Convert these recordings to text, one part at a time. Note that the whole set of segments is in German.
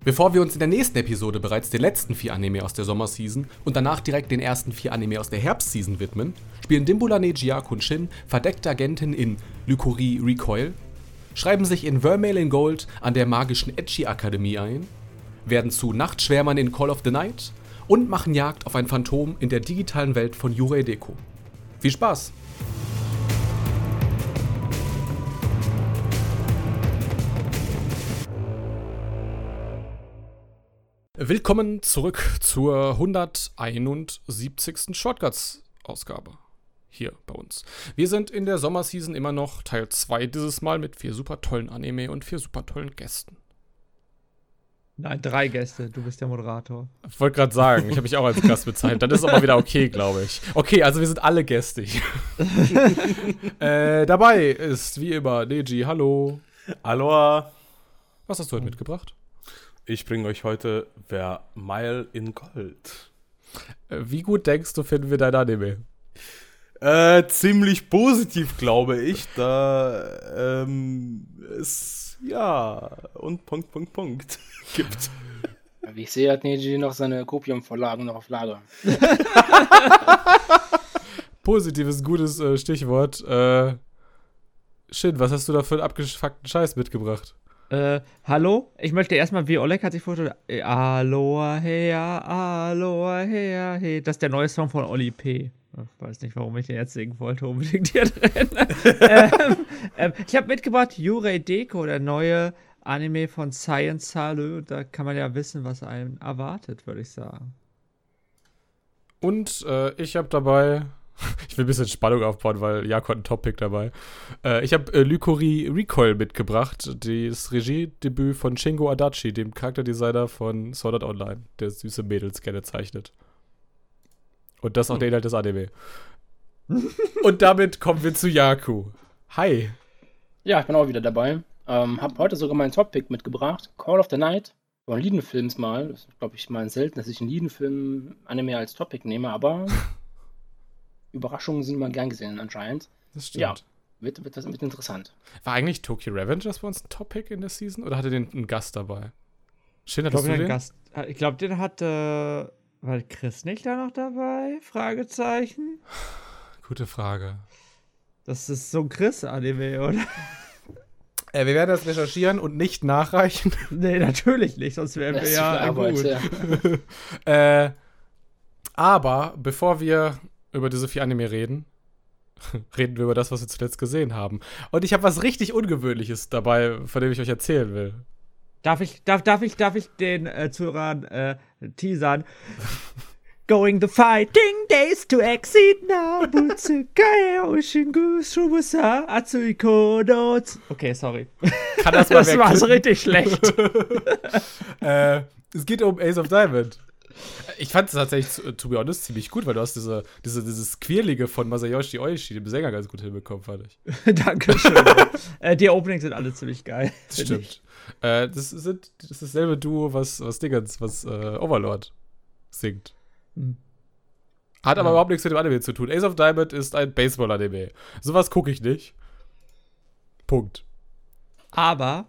Bevor wir uns in der nächsten Episode bereits den letzten 4 Anime aus der Sommerseason und danach direkt den ersten 4 Anime aus der Herbstseason widmen, spielen Dimbula Neji-Hyaku und Shin verdeckte Agentin in Lycorie Recoil, schreiben sich in Vermeil in Gold an der magischen Ecchi-Akademie ein, werden zu Nachtschwärmern in Call of the Night und machen Jagd auf ein Phantom in der digitalen Welt von Yurei Deko. Viel Spaß! Willkommen zurück zur 171. Shortcuts-Ausgabe hier bei uns. Wir sind in der Sommerseason immer noch Teil 2 dieses Mal mit 4 super tollen Anime und 4 super tollen Gästen. Nein, 3 Gäste, du bist der Moderator. Ich wollte gerade sagen, ich habe mich auch als Gast bezeichnet. Dann ist es aber wieder okay, glaube ich. Okay, also wir sind alle gästig. Dabei ist wie immer Neji, hallo. Aloha. Was hast du heute mitgebracht? Ich bringe euch heute Vermeil in Gold. Wie gut denkst du, finden wir dein Anime? Ziemlich positiv, glaube ich, da es, und Punkt gibt. Wie ich sehe, hat Neji noch seine Copium-Vorlagen noch auf Lager. Positives, gutes Stichwort. Shin, was hast du da für einen abgefuckten Scheiß mitgebracht? Hallo? Ich möchte erstmal, wie Oleg hat sich vorgestellt, Aloha, hey. Das ist der neue Song von Oli P. Ich weiß nicht, warum ich den jetzt singen wollte, unbedingt hier drin. Ich habe mitgebracht Yurei Deko, der neue Anime von Science Salö. Da kann man ja wissen, was einen erwartet, würde ich sagen. Und ich habe dabei, ich will ein bisschen Spannung aufbauen, weil Jakob hat einen Top-Pick dabei. Ich habe Lycorie Recoil mitgebracht, das Regiedebüt von Shingo Adachi, dem Charakterdesigner von Sword Art Online, der süße Mädels gerne zeichnet. Und das ist auch der Inhalt des Anime. Und damit kommen wir zu Yaku. Hi. Ja, ich bin auch wieder dabei. Hab heute sogar meinen Top-Pick mitgebracht. Call of the Night von Lieden-Films mal. Das ist, glaube ich, mal selten, dass ich einen Lieden-Film-Anime als Top-Pick nehme, aber Überraschungen sind immer gern gesehen anscheinend. Das stimmt. Ja, wird interessant. War eigentlich Tokyo Revengers bei uns ein Top-Pick in der Season? Oder hatte den einen Gast dabei? Schön, Ich hattest du den? Gast. Ich glaube, den hatte. War Chris nicht da noch dabei? Fragezeichen. Gute Frage. Das ist so ein Chris-Anime, oder? Wir werden das recherchieren und nicht nachreichen. Nee, natürlich nicht, sonst wären wir ja gut. Ja. Aber bevor wir über diese 4 Anime reden wir über das, was wir zuletzt gesehen haben. Und ich habe was richtig Ungewöhnliches dabei, von dem ich euch erzählen will. Darf ich den Zuhörern teasern? Going the fighting days to exceed now. Butsukai Oshingu Shubusa Atsuiko Dots. Okay, sorry. Kann das mal Das war so richtig schlecht. Es geht um Ace of Diamond. Ich fand es tatsächlich, to be honest, ziemlich gut, weil du hast dieses Quirlige von Masayoshi Oishi, dem Sänger, ganz gut hinbekommen, fand ich. Dankeschön. Die Openings sind alle ziemlich geil. Das stimmt. Das ist dasselbe Duo, was Overlord singt. Hat aber überhaupt nichts mit dem Anime zu tun. Ace of Diamond ist ein Baseball-Anime. Sowas gucke ich nicht. Punkt. Aber.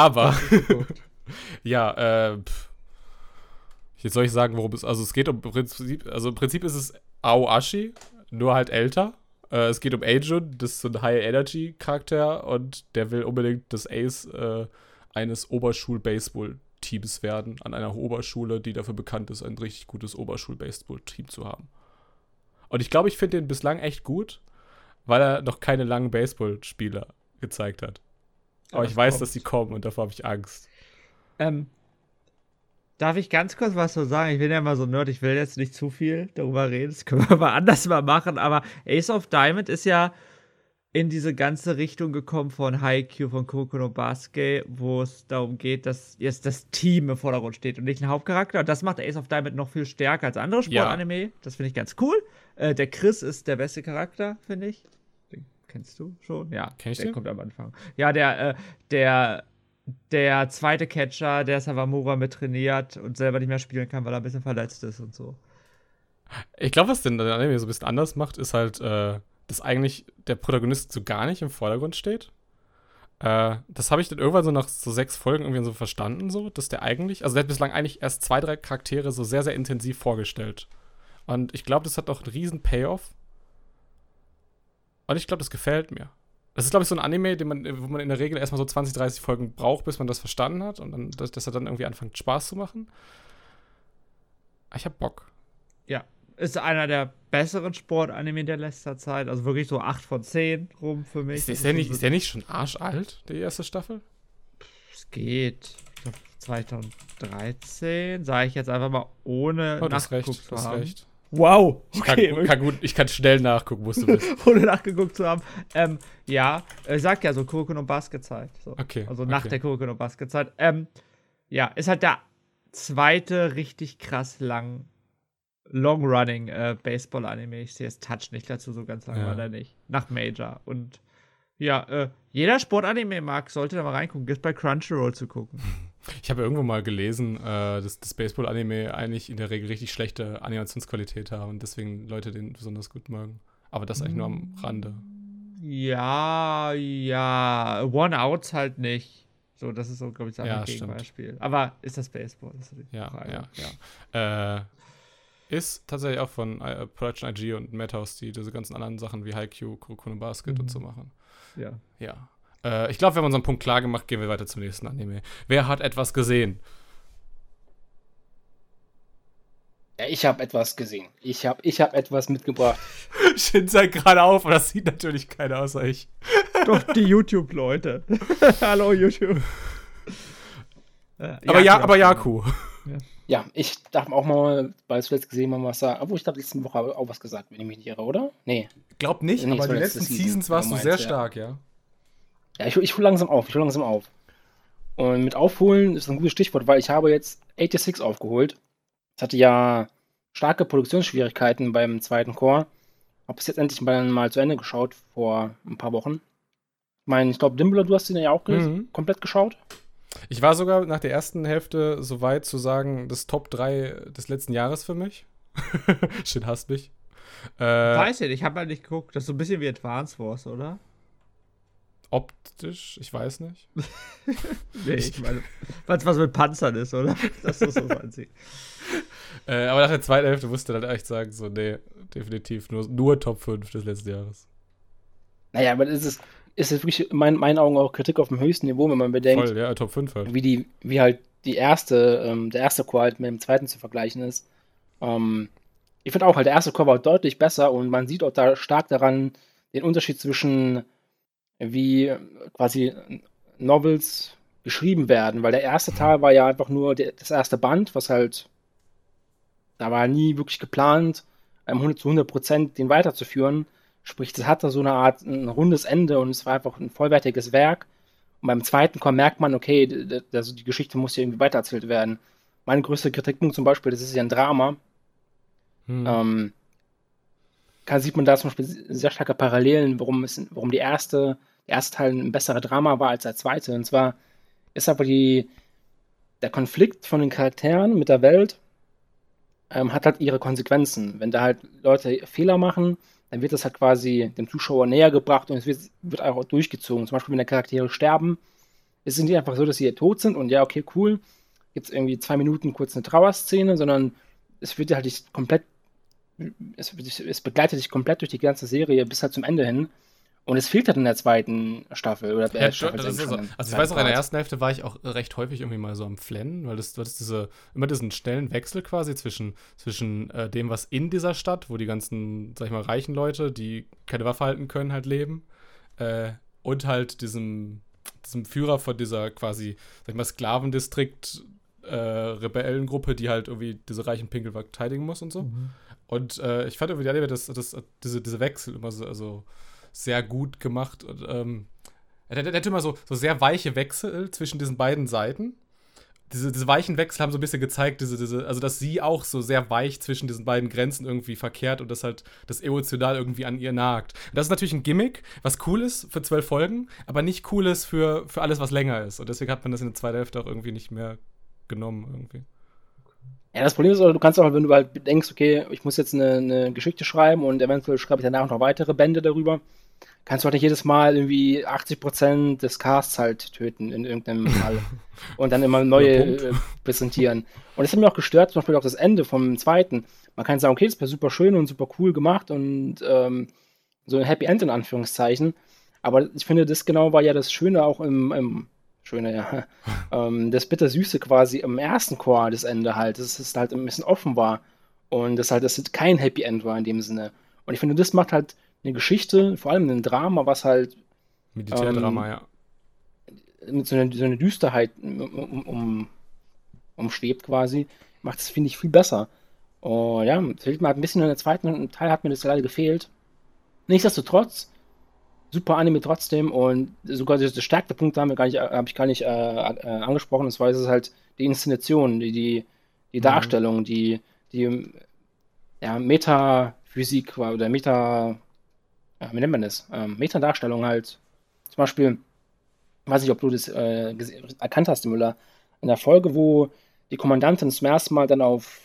Ja, jetzt soll ich sagen, worum es geht im Prinzip ist es Aoashi, nur halt älter. Es geht um Eijun, das ist so ein High-Energy-Charakter und der will unbedingt das Ace eines Oberschul-Baseball-Teams werden, an einer Oberschule, die dafür bekannt ist, ein richtig gutes Oberschul-Baseball-Team zu haben. Und ich glaube, ich finde den bislang echt gut, weil er noch keine langen Baseballspieler gezeigt hat. Aber ich weiß, dass die kommen und davor habe ich Angst. Darf ich ganz kurz was so sagen? Ich bin ja immer so Nerd, ich will jetzt nicht zu viel darüber reden, das können wir mal anders mal machen, aber Ace of Diamond ist ja in diese ganze Richtung gekommen von Haikyuu, von Kuroko no Basuke, wo es darum geht, dass jetzt das Team im Vordergrund steht und nicht ein Hauptcharakter. Und das macht Ace of Diamond noch viel stärker als andere Sportanime. Ja. Das finde ich ganz cool. Der Chris ist der beste Charakter, finde ich. Den kennst du schon? Ja, kenn ich der den? kommt am Anfang. Ja, der zweite Catcher, der Sawamura mit trainiert und selber nicht mehr spielen kann, weil er ein bisschen verletzt ist und so. Ich glaube, was den Anime so ein bisschen anders macht, ist halt, dass eigentlich der Protagonist so gar nicht im Vordergrund steht. Das habe ich dann irgendwann so nach so 6 Folgen irgendwie so verstanden, so, dass der eigentlich, also der hat bislang eigentlich erst 2, 3 Charaktere so sehr, sehr intensiv vorgestellt. Und ich glaube, das hat auch einen riesen Payoff. Und ich glaube, das gefällt mir. Das ist, glaube ich, so ein Anime, wo man in der Regel erstmal so 20, 30 Folgen braucht, bis man das verstanden hat und dann, dass er dann irgendwie anfängt, Spaß zu machen. Ich hab Bock. Ja, ist einer der besseren Sportanime der letzter Zeit. Also wirklich so 8 von 10 rum für mich. Ist der nicht schon arschalt, die erste Staffel? Es geht. Ich glaube 2013, sage ich jetzt einfach mal, ohne nachgeguckt zu haben. Recht. Wow, Ich kann schnell nachgucken, wo du bist. ohne nachgeguckt zu haben. Ja, sagt ja so Kuroko no Basket-Zeit. So. Okay. Also nach der Kuroko no Basket-Zeit. Ja, ist halt der zweite richtig krass long-running Baseball-Anime. Ich sehe es Touch nicht dazu, so ganz lang war der nicht. Nach Major. Und ja, jeder Sportanime mag, sollte da mal reingucken. Gibt bei Crunchyroll zu gucken. Ich habe irgendwo mal gelesen, dass das Baseball-Anime eigentlich in der Regel richtig schlechte Animationsqualität haben und deswegen Leute den besonders gut mögen. Aber das eigentlich nur am Rande. Ja, One Outs halt nicht. So, das ist so, glaube ich, das Gegenbeispiel. Aber ist das Baseball? Das ist die Frage. Ja. Ist tatsächlich auch von Production IG und Madhouse, die diese ganzen anderen Sachen wie Haikyuu, Kuroko no Basket und so machen. Ja. Ich glaube, wir haben unseren Punkt klar gemacht, gehen wir weiter zum nächsten Anime. Wer hat etwas gesehen? Ja, ich habe etwas gesehen. Ich hab etwas mitgebracht. Shin zeigt gerade auf, aber das sieht natürlich keiner außer ich. Doch, die YouTube-Leute. Hallo, YouTube. Aber Yaku. Ja, ich darf auch mal, weil zuletzt gesehen haben, was sagen. Obwohl, ich glaube, letzte Woche auch was gesagt, wenn ich mich nicht irre, oder? Nee. Glaub nicht, Nee, aber das war die letzte letzten Season. Seasons warst du Du sehr meinst, stark, ja. Ja, ich hole langsam auf. Und mit Aufholen ist ein gutes Stichwort, weil ich habe jetzt 86 aufgeholt. Es hatte ja starke Produktionsschwierigkeiten beim zweiten Core. Habe es jetzt endlich mal zu Ende geschaut vor ein paar Wochen. Ich glaube, Dimbler, du hast den ja auch komplett geschaut. Ich war sogar nach der ersten Hälfte so weit zu sagen, das Top 3 des letzten Jahres für mich. Shit hasst mich. Weiß ich habe halt nicht geguckt. Das ist so ein bisschen wie Advance Wars, oder? Optisch, ich weiß nicht. Nee, ich meine, was mit Panzern ist, oder? Das ist so fancy. Aber nach der zweiten Hälfte musste dann echt sagen, so, nee, definitiv nur Top 5 des letzten Jahres. Naja, aber das ist jetzt wirklich in meinen Augen auch Kritik auf dem höchsten Niveau, wenn man bedenkt, Voll, ja, Top 5 halt. wie halt der erste Core halt mit dem zweiten zu vergleichen ist. Ich finde auch halt, der erste Core war deutlich besser und man sieht auch da stark daran den Unterschied zwischen wie quasi Novels geschrieben werden, weil der erste Teil war ja einfach nur das erste Band, was halt, da war nie wirklich geplant, zu 100% den weiterzuführen. Sprich, das hatte so eine Art ein rundes Ende und es war einfach ein vollwertiges Werk. Und beim zweiten Core merkt man, okay, die Geschichte muss hier irgendwie weitererzählt werden. Mein größter Kritikpunkt zum Beispiel, das ist ja ein Drama. Sieht man da zum Beispiel sehr starke Parallelen, warum der erste Teil ein besserer Drama war als der zweite. Und zwar ist aber der Konflikt von den Charakteren mit der Welt hat halt ihre Konsequenzen. Wenn da halt Leute Fehler machen, dann wird das halt quasi dem Zuschauer näher gebracht und es wird auch durchgezogen. Zum Beispiel, wenn die Charaktere sterben, es ist nicht einfach so, dass sie tot sind und ja, okay, cool, gibt es irgendwie 2 Minuten kurz eine Trauerszene, sondern es wird halt es begleitet dich komplett durch die ganze Serie bis halt zum Ende hin. Und es fehlt halt in der zweiten Staffel. Oder Staffel das ist so. Also ich weiß auch, in der ersten Hälfte war ich auch recht häufig irgendwie mal so am Flennen, weil das immer diesen schnellen Wechsel quasi zwischen dem, was in dieser Stadt, wo die ganzen, sag ich mal, reichen Leute, die keine Waffe halten können, halt leben, und halt diesem Führer von dieser quasi, sag ich mal, Sklavendistrikt Rebellengruppe, die halt irgendwie diese reichen Pinkel verteidigen muss und so. Und ich fand irgendwie die Anime, diese Wechsel immer so sehr gut gemacht. Und, der hatte immer so sehr weiche Wechsel zwischen diesen beiden Seiten. Diese weichen Wechsel haben so ein bisschen gezeigt, also dass sie auch so sehr weich zwischen diesen beiden Grenzen irgendwie verkehrt und dass halt das emotional irgendwie an ihr nagt. Und das ist natürlich ein Gimmick, was cool ist für 12 Folgen, aber nicht cool ist für alles, was länger ist. Und deswegen hat man das in der zweiten Hälfte auch irgendwie nicht mehr genommen irgendwie. Ja, das Problem ist, du kannst auch, wenn du halt denkst, okay, ich muss jetzt eine Geschichte schreiben und eventuell schreibe ich danach noch weitere Bände darüber, kannst du halt nicht jedes Mal irgendwie 80% des Casts halt töten in irgendeinem Fall und dann immer neue präsentieren. Und das hat mich auch gestört, zum Beispiel auch das Ende vom zweiten. Man kann sagen, okay, das war super schön und super cool gemacht und so ein Happy End in Anführungszeichen. Aber ich finde, das genau war ja das Schöne auch Schöne, ja, das Bittersüße quasi im ersten Core, das Ende halt, dass es halt ein bisschen offen war und das kein Happy End war in dem Sinne. Und ich finde, das macht halt eine Geschichte, vor allem ein Drama, was halt Militärdrama, ja. mit so einer Düsterheit umschwebt quasi, macht es, finde ich, viel besser. Und ja, fehlt mir halt ein bisschen in der zweiten Teil, hat mir das leider gefehlt. Nichtsdestotrotz, super Anime trotzdem und sogar der stärkste Punkt habe ich gar nicht angesprochen, das war es halt die Inszenation, die Darstellung, die ja, Metaphysik oder wie nennt man das? Metadarstellung halt. Zum Beispiel, weiß nicht, ob du das erkannt hast, Müller, in der Folge, wo die Kommandantin zum ersten Mal dann auf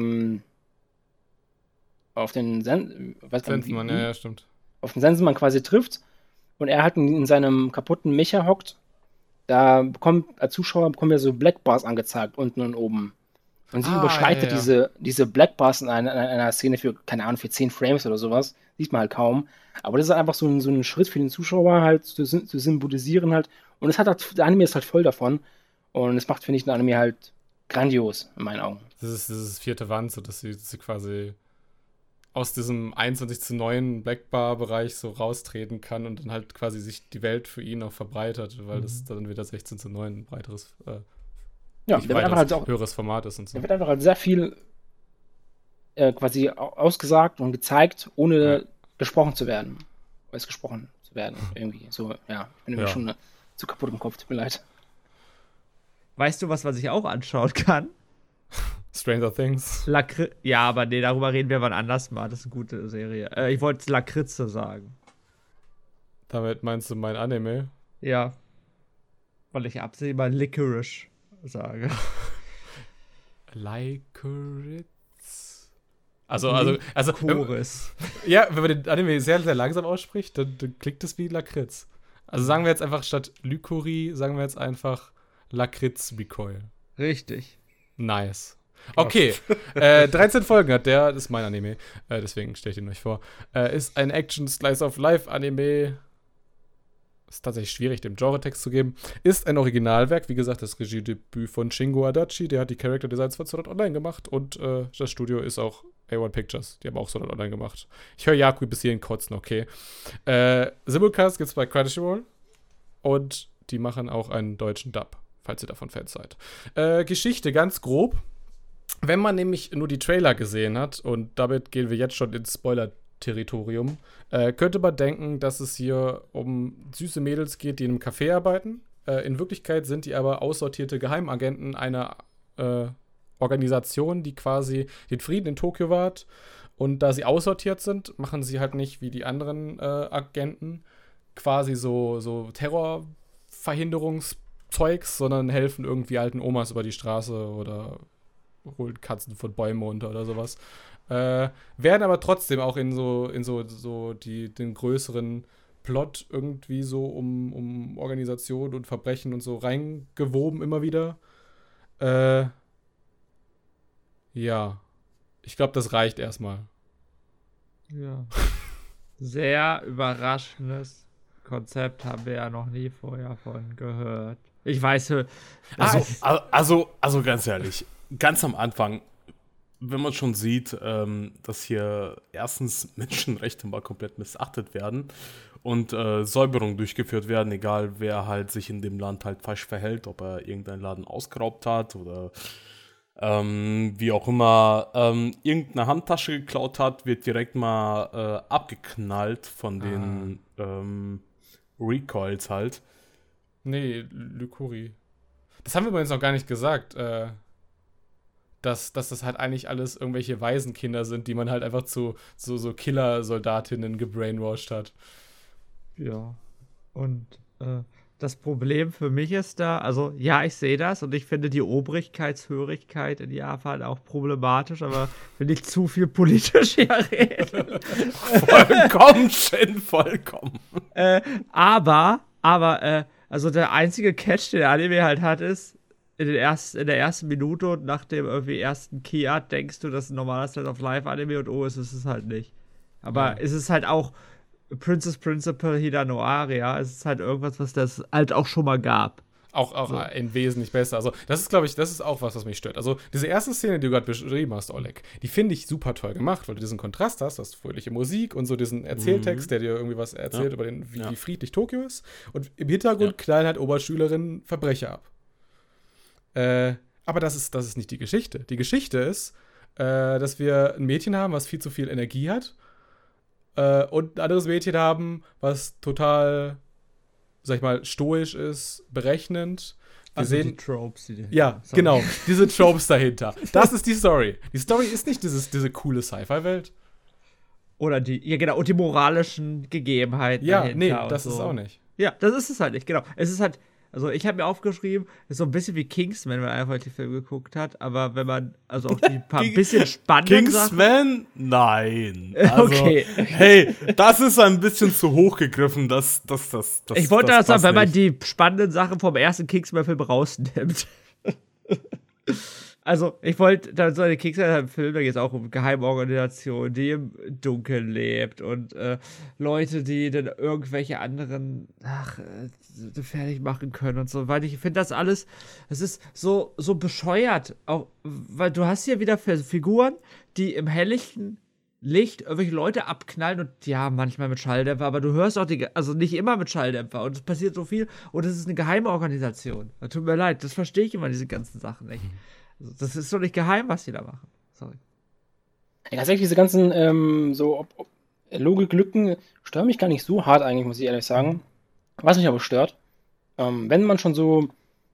den Sensenmann, ja, stimmt. Auf den Sensenmann quasi trifft und er halt in seinem kaputten Mecha hockt, da als Zuschauer bekommen wir so Blackbars angezeigt, unten und oben. Und sie überschreitet diese Blackbars in einer Szene für, keine Ahnung, für 10 Frames oder sowas. Sieht man halt kaum. Aber das ist einfach so ein Schritt für den Zuschauer halt zu symbolisieren halt. Und der Anime ist halt voll davon. Und es macht, finde ich, den Anime halt grandios, in meinen Augen. Das ist vierte Wand, so dass sie quasi aus diesem 21:9 Blackbar-Bereich so raustreten kann und dann halt quasi sich die Welt für ihn auch verbreitert, weil das dann wieder 16:9 ein breiteres, höheres Format ist und so. Da wird einfach halt sehr viel quasi ausgesagt und gezeigt, ohne gesprochen zu werden. Irgendwie. So, ja, ich bin irgendwie schon zu kaputt im Kopf, tut mir leid. Weißt du, was man sich auch anschauen kann? Stranger Things. Ja, aber nee, darüber reden wir wann anders mal. Das ist eine gute Serie. Ich wollte Lakritze sagen. Damit meinst du mein Anime? Ja. Weil ich absehbar Licorice sage. Licorice. Also Chorus. Ja, wenn man den Anime sehr, sehr langsam ausspricht, dann klingt es wie Lakritz. Also sagen wir jetzt einfach statt Lycori, sagen wir jetzt einfach Lakritz-Recoil. Richtig. Nice. Okay, 13 Folgen hat der, das ist mein Anime, deswegen stelle ich ihn euch vor. Ist ein Action-Slice-of-Life-Anime. Ist tatsächlich schwierig, dem Genre-Text zu geben. Ist ein Originalwerk, wie gesagt, das Regiedebüt von Shingo Adachi, der hat die Character Designs von Sword Art Online gemacht und das Studio ist auch A1 Pictures, die haben auch Sword Art Online gemacht. Ich höre Yaku bis hierhin kotzen, okay. Simulcast gibt's bei Crunchyroll und die machen auch einen deutschen Dub, falls ihr davon Fans seid. Geschichte ganz grob. Wenn man nämlich nur die Trailer gesehen hat, und damit gehen wir jetzt schon ins Spoiler-Territorium, könnte man denken, dass es hier um süße Mädels geht, die in einem Café arbeiten. In Wirklichkeit sind die aber aussortierte Geheimagenten einer Organisation, die quasi den Frieden in Tokio wahrt. Und da sie aussortiert sind, machen sie halt nicht wie die anderen Agenten quasi so Terrorverhinderungszeugs, sondern helfen irgendwie alten Omas über die Straße oder holen Katzen von Bäumen runter oder sowas. Werden aber trotzdem auch in den größeren Plot irgendwie so um Organisation und Verbrechen und so reingewoben immer wieder. Ja. Ich glaube, das reicht erstmal. Ja. Sehr überraschendes Konzept, haben wir ja noch nie vorher von gehört. Ich weiß. Also ganz ehrlich, ganz am Anfang, wenn man schon sieht, dass hier erstens Menschenrechte mal komplett missachtet werden und Säuberungen durchgeführt werden, egal wer halt sich in dem Land halt falsch verhält, ob er irgendeinen Laden ausgeraubt hat oder wie auch immer, irgendeine Handtasche geklaut hat, wird direkt mal abgeknallt von den Recoils halt. Nee, Lycori. Das haben wir übrigens noch gar nicht gesagt, dass das halt eigentlich alles irgendwelche Waisenkinder sind, die man halt einfach zu so Killer-Soldatinnen gebrainwashed hat. Ja. Und Das Problem für mich ist da, also ja, ich sehe das und ich finde die Obrigkeitshörigkeit in Japan auch problematisch, aber will ich zu viel politisch hier reden. Vollkommen, Shin, vollkommen. Also der einzige Catch, den der Anime halt hat, ist, in der ersten Minute und nach dem irgendwie ersten Key-Art denkst du, das ist ein normaler Slice-of-Life-Anime und ist es halt nicht. Aber es ist halt auch Princess Principal Hidanoaria, es ist halt irgendwas, was das halt auch schon mal gab. Auch so. In wesentlich besser. Also, das ist, glaube ich, das ist auch was mich stört. Also, diese erste Szene, die du gerade beschrieben hast, Oleg, die finde ich super toll gemacht, weil du diesen Kontrast hast, das fröhliche Musik und so diesen Erzähltext, der dir irgendwie was erzählt über wie friedlich Tokio ist. Und im Hintergrund knallen halt Oberschülerinnen Verbrecher ab. Aber das ist nicht die Geschichte. Die Geschichte ist, dass wir ein Mädchen haben, was viel zu viel Energie hat. Und ein anderes Mädchen haben, was total, sag ich mal, stoisch ist, berechnend. Wir sehen die Tropes. Genau, diese Tropes dahinter. Das ist die Story. Die Story ist nicht diese coole Sci-Fi-Welt. Oder und die moralischen Gegebenheiten dahinter. Nee, das ist auch nicht. Ja, das ist es halt nicht, genau. Es ist halt, also ich habe mir aufgeschrieben, ist so ein bisschen wie Kingsman, wenn man einfach die Filme geguckt hat, aber wenn man, also auch die paar bisschen spannenden Sachen. Kingsman? Nein. Also, okay. Hey, das ist ein bisschen zu hoch gegriffen, das ich wollte das sagen, wenn man nicht. die spannenden Sachen vom ersten Kingsman-Film rausnimmt. Also, ich wollte, da so eine Kickstarter-Film, da geht es auch um Geheimorganisation, die im Dunkeln lebt und Leute, die dann irgendwelche anderen fertig machen können und so, weil ich finde das alles, es ist so bescheuert, auch, weil du hast hier wieder Figuren, die im helllichten Licht irgendwelche Leute abknallen und ja, manchmal mit Schalldämpfer, aber du hörst auch also nicht immer mit Schalldämpfer und es passiert so viel und es ist eine geheime Organisation. Tut mir leid, das verstehe ich immer, diese ganzen Sachen nicht. Also, das ist doch nicht geheim, was die da machen. Sorry. Ja, tatsächlich, diese ganzen Logiklücken stören mich gar nicht so hart eigentlich, muss ich ehrlich sagen. Was mich aber stört, wenn man schon so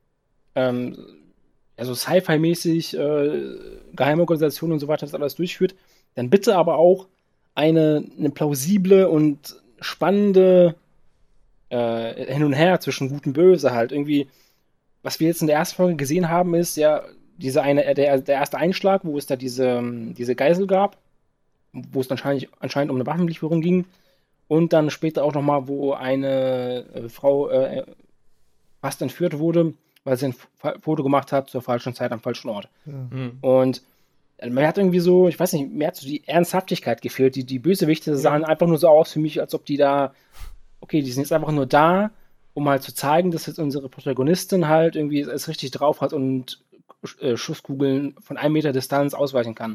Sci-Fi-mäßig Geheimorganisationen und so weiter das alles durchführt, dann bitte aber auch eine plausible und spannende Hin und Her zwischen Gut und Böse halt. Irgendwie, was wir jetzt in der ersten Folge gesehen haben, ist ja der erste Einschlag, wo es da diese Geisel gab, wo es anscheinend um eine Waffenlieferung ging. Und dann später auch nochmal, wo eine Frau fast entführt wurde, weil sie ein Foto gemacht hat zur falschen Zeit am falschen Ort. Ja. Und man hat irgendwie so, ich weiß nicht, mir hat so die Ernsthaftigkeit gefehlt. Die Bösewichte sahen einfach nur so aus für mich, als ob die da, okay, die sind jetzt einfach nur da, um halt zu zeigen, dass jetzt unsere Protagonistin halt irgendwie es richtig drauf hat und Schusskugeln von 1 Meter Distanz ausweichen kann.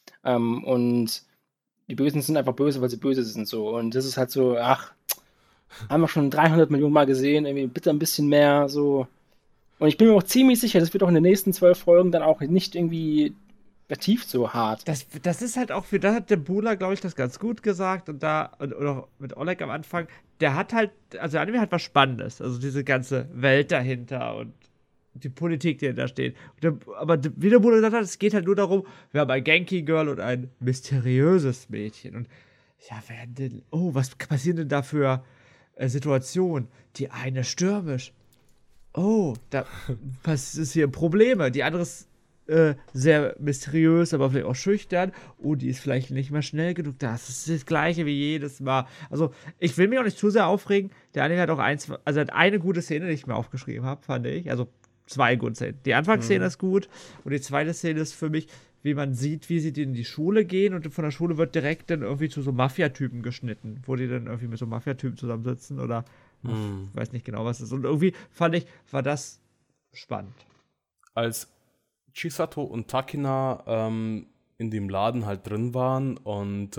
Und die Bösen sind einfach böse, weil sie böse sind so. Und das ist halt so, haben wir schon 300 Millionen Mal gesehen, irgendwie bitte ein bisschen mehr so. Und ich bin mir auch ziemlich sicher, das wird auch in den nächsten 12 Folgen dann auch nicht irgendwie vertieft so hart. Das ist halt auch, da hat der Bula, glaube ich, das ganz gut gesagt und auch mit Oleg am Anfang, der hat halt, also der Anime hat was Spannendes, also diese ganze Welt dahinter und die Politik, die da steht. Aber wie der Bruder gesagt hat, es geht halt nur darum, wir haben ein Genki Girl und ein mysteriöses Mädchen. Und ja, was passieren denn da für Situationen? Die eine stürmisch. Oh, da ist hier Probleme. Die andere ist sehr mysteriös, aber vielleicht auch schüchtern. Oh, die ist vielleicht nicht mehr schnell genug. Das ist das Gleiche wie jedes Mal. Also, ich will mich auch nicht zu sehr aufregen. Der Anime hat auch hat eine gute Szene, die ich mir aufgeschrieben habe, fand ich. Also, 2 gute Szenen. Die Anfangsszene ist gut und die zweite Szene ist für mich, wie man sieht, wie sie in die Schule gehen und von der Schule wird direkt dann irgendwie zu so Mafia-Typen geschnitten, wo die dann irgendwie mit so Mafia-Typen zusammensitzen oder ich weiß nicht genau, was das ist. Und irgendwie fand ich, war das spannend. Als Chisato und Takina in dem Laden halt drin waren und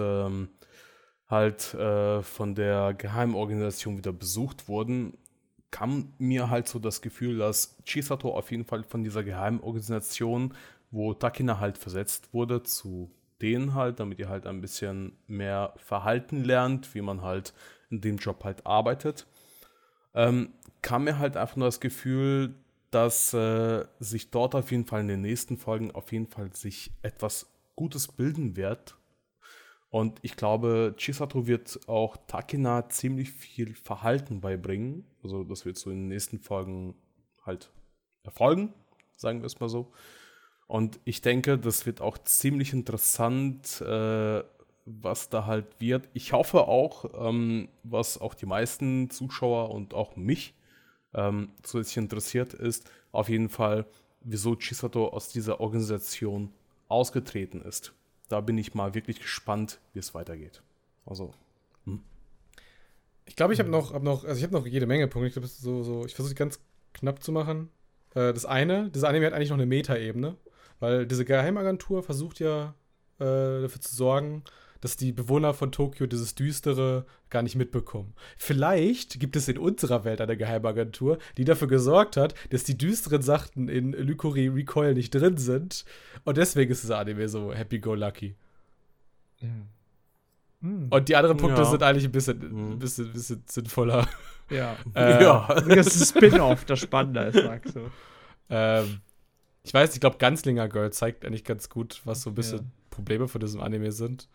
von der Geheimorganisation wieder besucht wurden, kam mir halt so das Gefühl, dass Chisato auf jeden Fall von dieser Geheimorganisation, wo Takina halt versetzt wurde, zu denen halt, damit ihr halt ein bisschen mehr Verhalten lernt, wie man halt in dem Job halt arbeitet, kam mir halt einfach nur das Gefühl, dass sich dort auf jeden Fall in den nächsten Folgen auf jeden Fall sich etwas Gutes bilden wird. Und ich glaube, Chisato wird auch Takina ziemlich viel Verhalten beibringen. Also das wird so in den nächsten Folgen halt erfolgen, sagen wir es mal so. Und ich denke, das wird auch ziemlich interessant, was da halt wird. Ich hoffe auch, was auch die meisten Zuschauer und auch mich zusätzlich interessiert ist, auf jeden Fall, wieso Chisato aus dieser Organisation ausgetreten ist. Da bin ich mal wirklich gespannt, wie es weitergeht. Also. Ich glaube, ich habe noch jede Menge Punkte. Ich glaube, ich versuche es ganz knapp zu machen. Das Anime hat eigentlich noch eine Meta-Ebene, weil diese Geheimagentur versucht ja dafür zu sorgen, dass die Bewohner von Tokio dieses Düstere gar nicht mitbekommen. Vielleicht gibt es in unserer Welt eine Geheimagentur, die dafür gesorgt hat, dass die düsteren Sachen in Lycorie Recoil nicht drin sind. Und deswegen ist das Anime so happy-go-lucky. Ja. Und die anderen Punkte sind eigentlich ein bisschen sinnvoller. Ja. Ja. Das ist ein Spin-off, das spannender ist, sagst du. Ich glaube, Gunslinger Girl zeigt eigentlich ganz gut, was so ein bisschen Probleme von diesem Anime sind.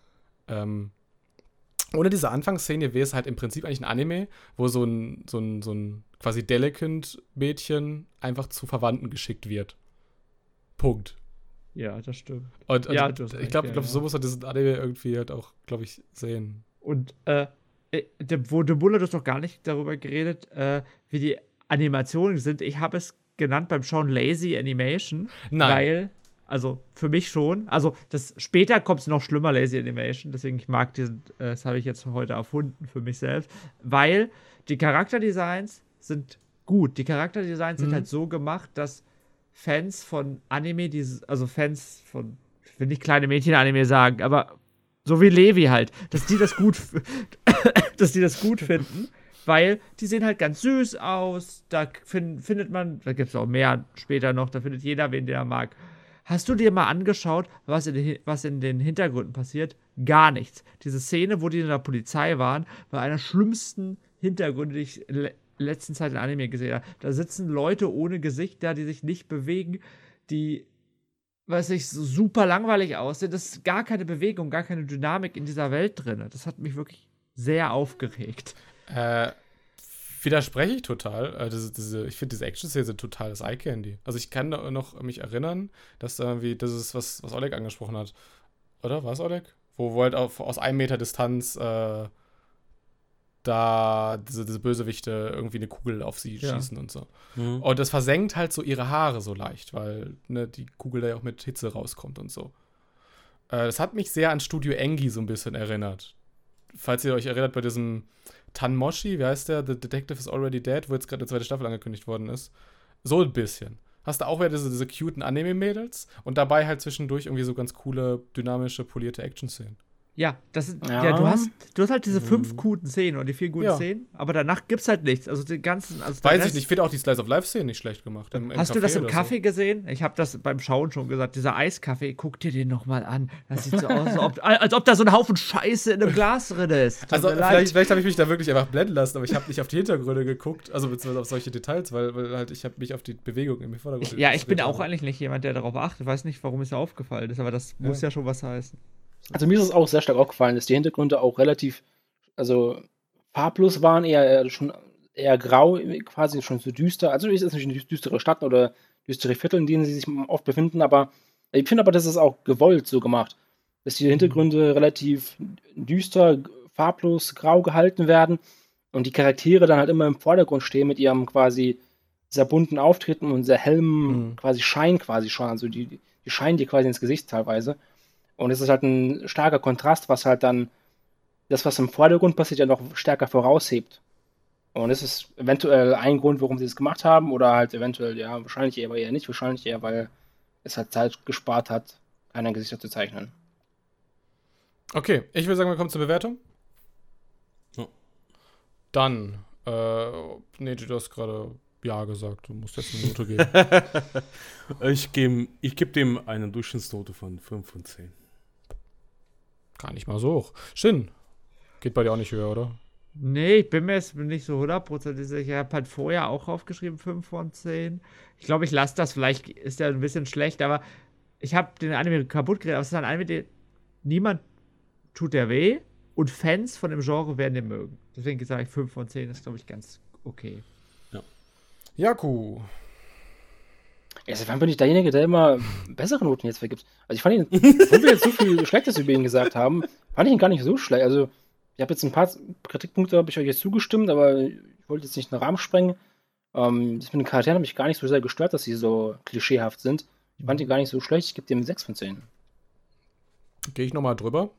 Ohne diese Anfangsszene wäre es halt im Prinzip eigentlich ein Anime, wo so ein quasi Delicant-Mädchen einfach zu Verwandten geschickt wird. Punkt. Ja, das stimmt. Und Ja, ich glaube, so muss man diesen Anime irgendwie halt auch, glaube ich, sehen. Und wo De Bulle hat doch gar nicht darüber geredet, wie die Animationen sind. Ich habe es genannt beim Schauen Lazy Animation, weil, also für mich schon, also später kommt es noch schlimmer, Lazy Animation, deswegen ich mag das habe ich jetzt für heute erfunden für mich selbst, weil die Charakterdesigns sind gut. Die Charakterdesigns sind halt so gemacht, dass Fans von Anime, Fans von, ich will nicht kleine Mädchen-Anime sagen, aber so wie Levi halt, dass die das gut finden, weil die sehen halt ganz süß aus, da findet man, da gibt es auch mehr später noch, da findet jeder, wen der mag. Hast du dir mal angeschaut, was in den Hintergründen passiert? Gar nichts. Diese Szene, wo die in der Polizei waren, war einer der schlimmsten Hintergründe, die ich letzten Zeit in Anime gesehen habe. Da sitzen Leute ohne Gesicht da, die sich nicht bewegen, die, so super langweilig aussehen. Das ist gar keine Bewegung, gar keine Dynamik in dieser Welt drin. Das hat mich wirklich sehr aufgeregt. Widerspreche ich total. Ich finde diese Action-Szenen sind total das Eye-Candy. Also ich kann noch mich erinnern, dass irgendwie das ist, was Oleg angesprochen hat. Oder? War es Oleg? Wo halt aus 1 Meter Distanz da diese Bösewichte irgendwie eine Kugel auf sie schießen und so. Mhm. Und das versenkt halt so ihre Haare so leicht, weil die Kugel da ja auch mit Hitze rauskommt und so. Das hat mich sehr an Studio Engi so ein bisschen erinnert. Falls ihr euch erinnert, bei diesem Tanmoshi, wie heißt der? The Detective is Already Dead, wo jetzt gerade eine 2. Staffel angekündigt worden ist. So ein bisschen. Hast du auch wieder diese cuten Anime-Mädels und dabei halt zwischendurch irgendwie so ganz coole, dynamische, polierte Action-Szenen. Ja, du hast halt diese 5 guten Szenen oder die 4 guten Szenen, aber danach gibt's halt nichts. Also die ganzen, weiß ich nicht, ich finde auch die Slice-of-Life-Szenen nicht schlecht gemacht. Hast du das im Kaffee gesehen? Ich habe das beim Schauen schon gesagt. Dieser Eiskaffee, guck dir den nochmal an. Das sieht so aus, als ob da so ein Haufen Scheiße in einem Glas drin ist. Also vielleicht habe ich mich da wirklich einfach blenden lassen, aber ich habe nicht auf die Hintergründe geguckt, also beziehungsweise auf solche Details, weil halt ich habe mich auf die Bewegung im Vordergrund ich bin auch eigentlich nicht jemand, der darauf achtet. Ich weiß nicht, warum es aufgefallen ist, aber das muss ja schon was heißen. Also mir ist es auch sehr stark aufgefallen, dass die Hintergründe auch relativ, also farblos waren, schon eher grau, quasi schon so düster. Also ist es nicht eine düstere Stadt oder düstere Viertel, in denen sie sich oft befinden, aber ich finde aber, das ist auch gewollt so gemacht, dass die Hintergründe relativ düster, farblos, grau gehalten werden und die Charaktere dann halt immer im Vordergrund stehen mit ihrem quasi sehr bunten Auftreten und sehr hellem quasi Schein quasi schon, also die scheinen dir quasi ins Gesicht teilweise. Und es ist halt ein starker Kontrast, was halt dann das, was im Vordergrund passiert, ja noch stärker voraushebt. Und es ist eventuell ein Grund, warum sie das gemacht haben, oder halt eventuell, ja, wahrscheinlich eher, aber eher nicht, wahrscheinlich eher, weil es halt Zeit gespart hat, keine Gesichter zu zeichnen. Okay, ich würde sagen, wir kommen zur Bewertung. Ja. Dann, du hast gerade Ja gesagt, du musst jetzt eine Note geben. Ich gebe dem eine Durchschnittsnote von 5 von 10. Gar nicht mal so hoch. Shin, geht bei dir auch nicht höher, oder? Nee, ich bin mir jetzt nicht so 100% sicher. Ich habe halt vorher auch aufgeschrieben 5 von 10. Ich glaube, ich lasse das. Vielleicht ist der ein bisschen schlecht, aber ich habe den Anime kaputt geredet. Aber es ist ein Anime, den niemand tut der weh und Fans von dem Genre werden den mögen. Deswegen sage ich 5 von 10 ist, glaube ich, ganz okay. Jaku. Ja, seit bin ich derjenige, der immer bessere Noten jetzt vergibt. Also ich fand ihn, obwohl wir jetzt so viel Schlechtes über ihn gesagt haben, fand ich ihn gar nicht so schlecht. Also ich habe jetzt ein paar Kritikpunkte, habe ich euch jetzt zugestimmt, aber ich wollte jetzt nicht den Rahmen sprengen. Das mit den Charakteren hat mich gar nicht so sehr gestört, dass sie so klischeehaft sind. Ich fand ihn gar nicht so schlecht. Ich gebe dem 6 von 10. Gehe ich nochmal drüber.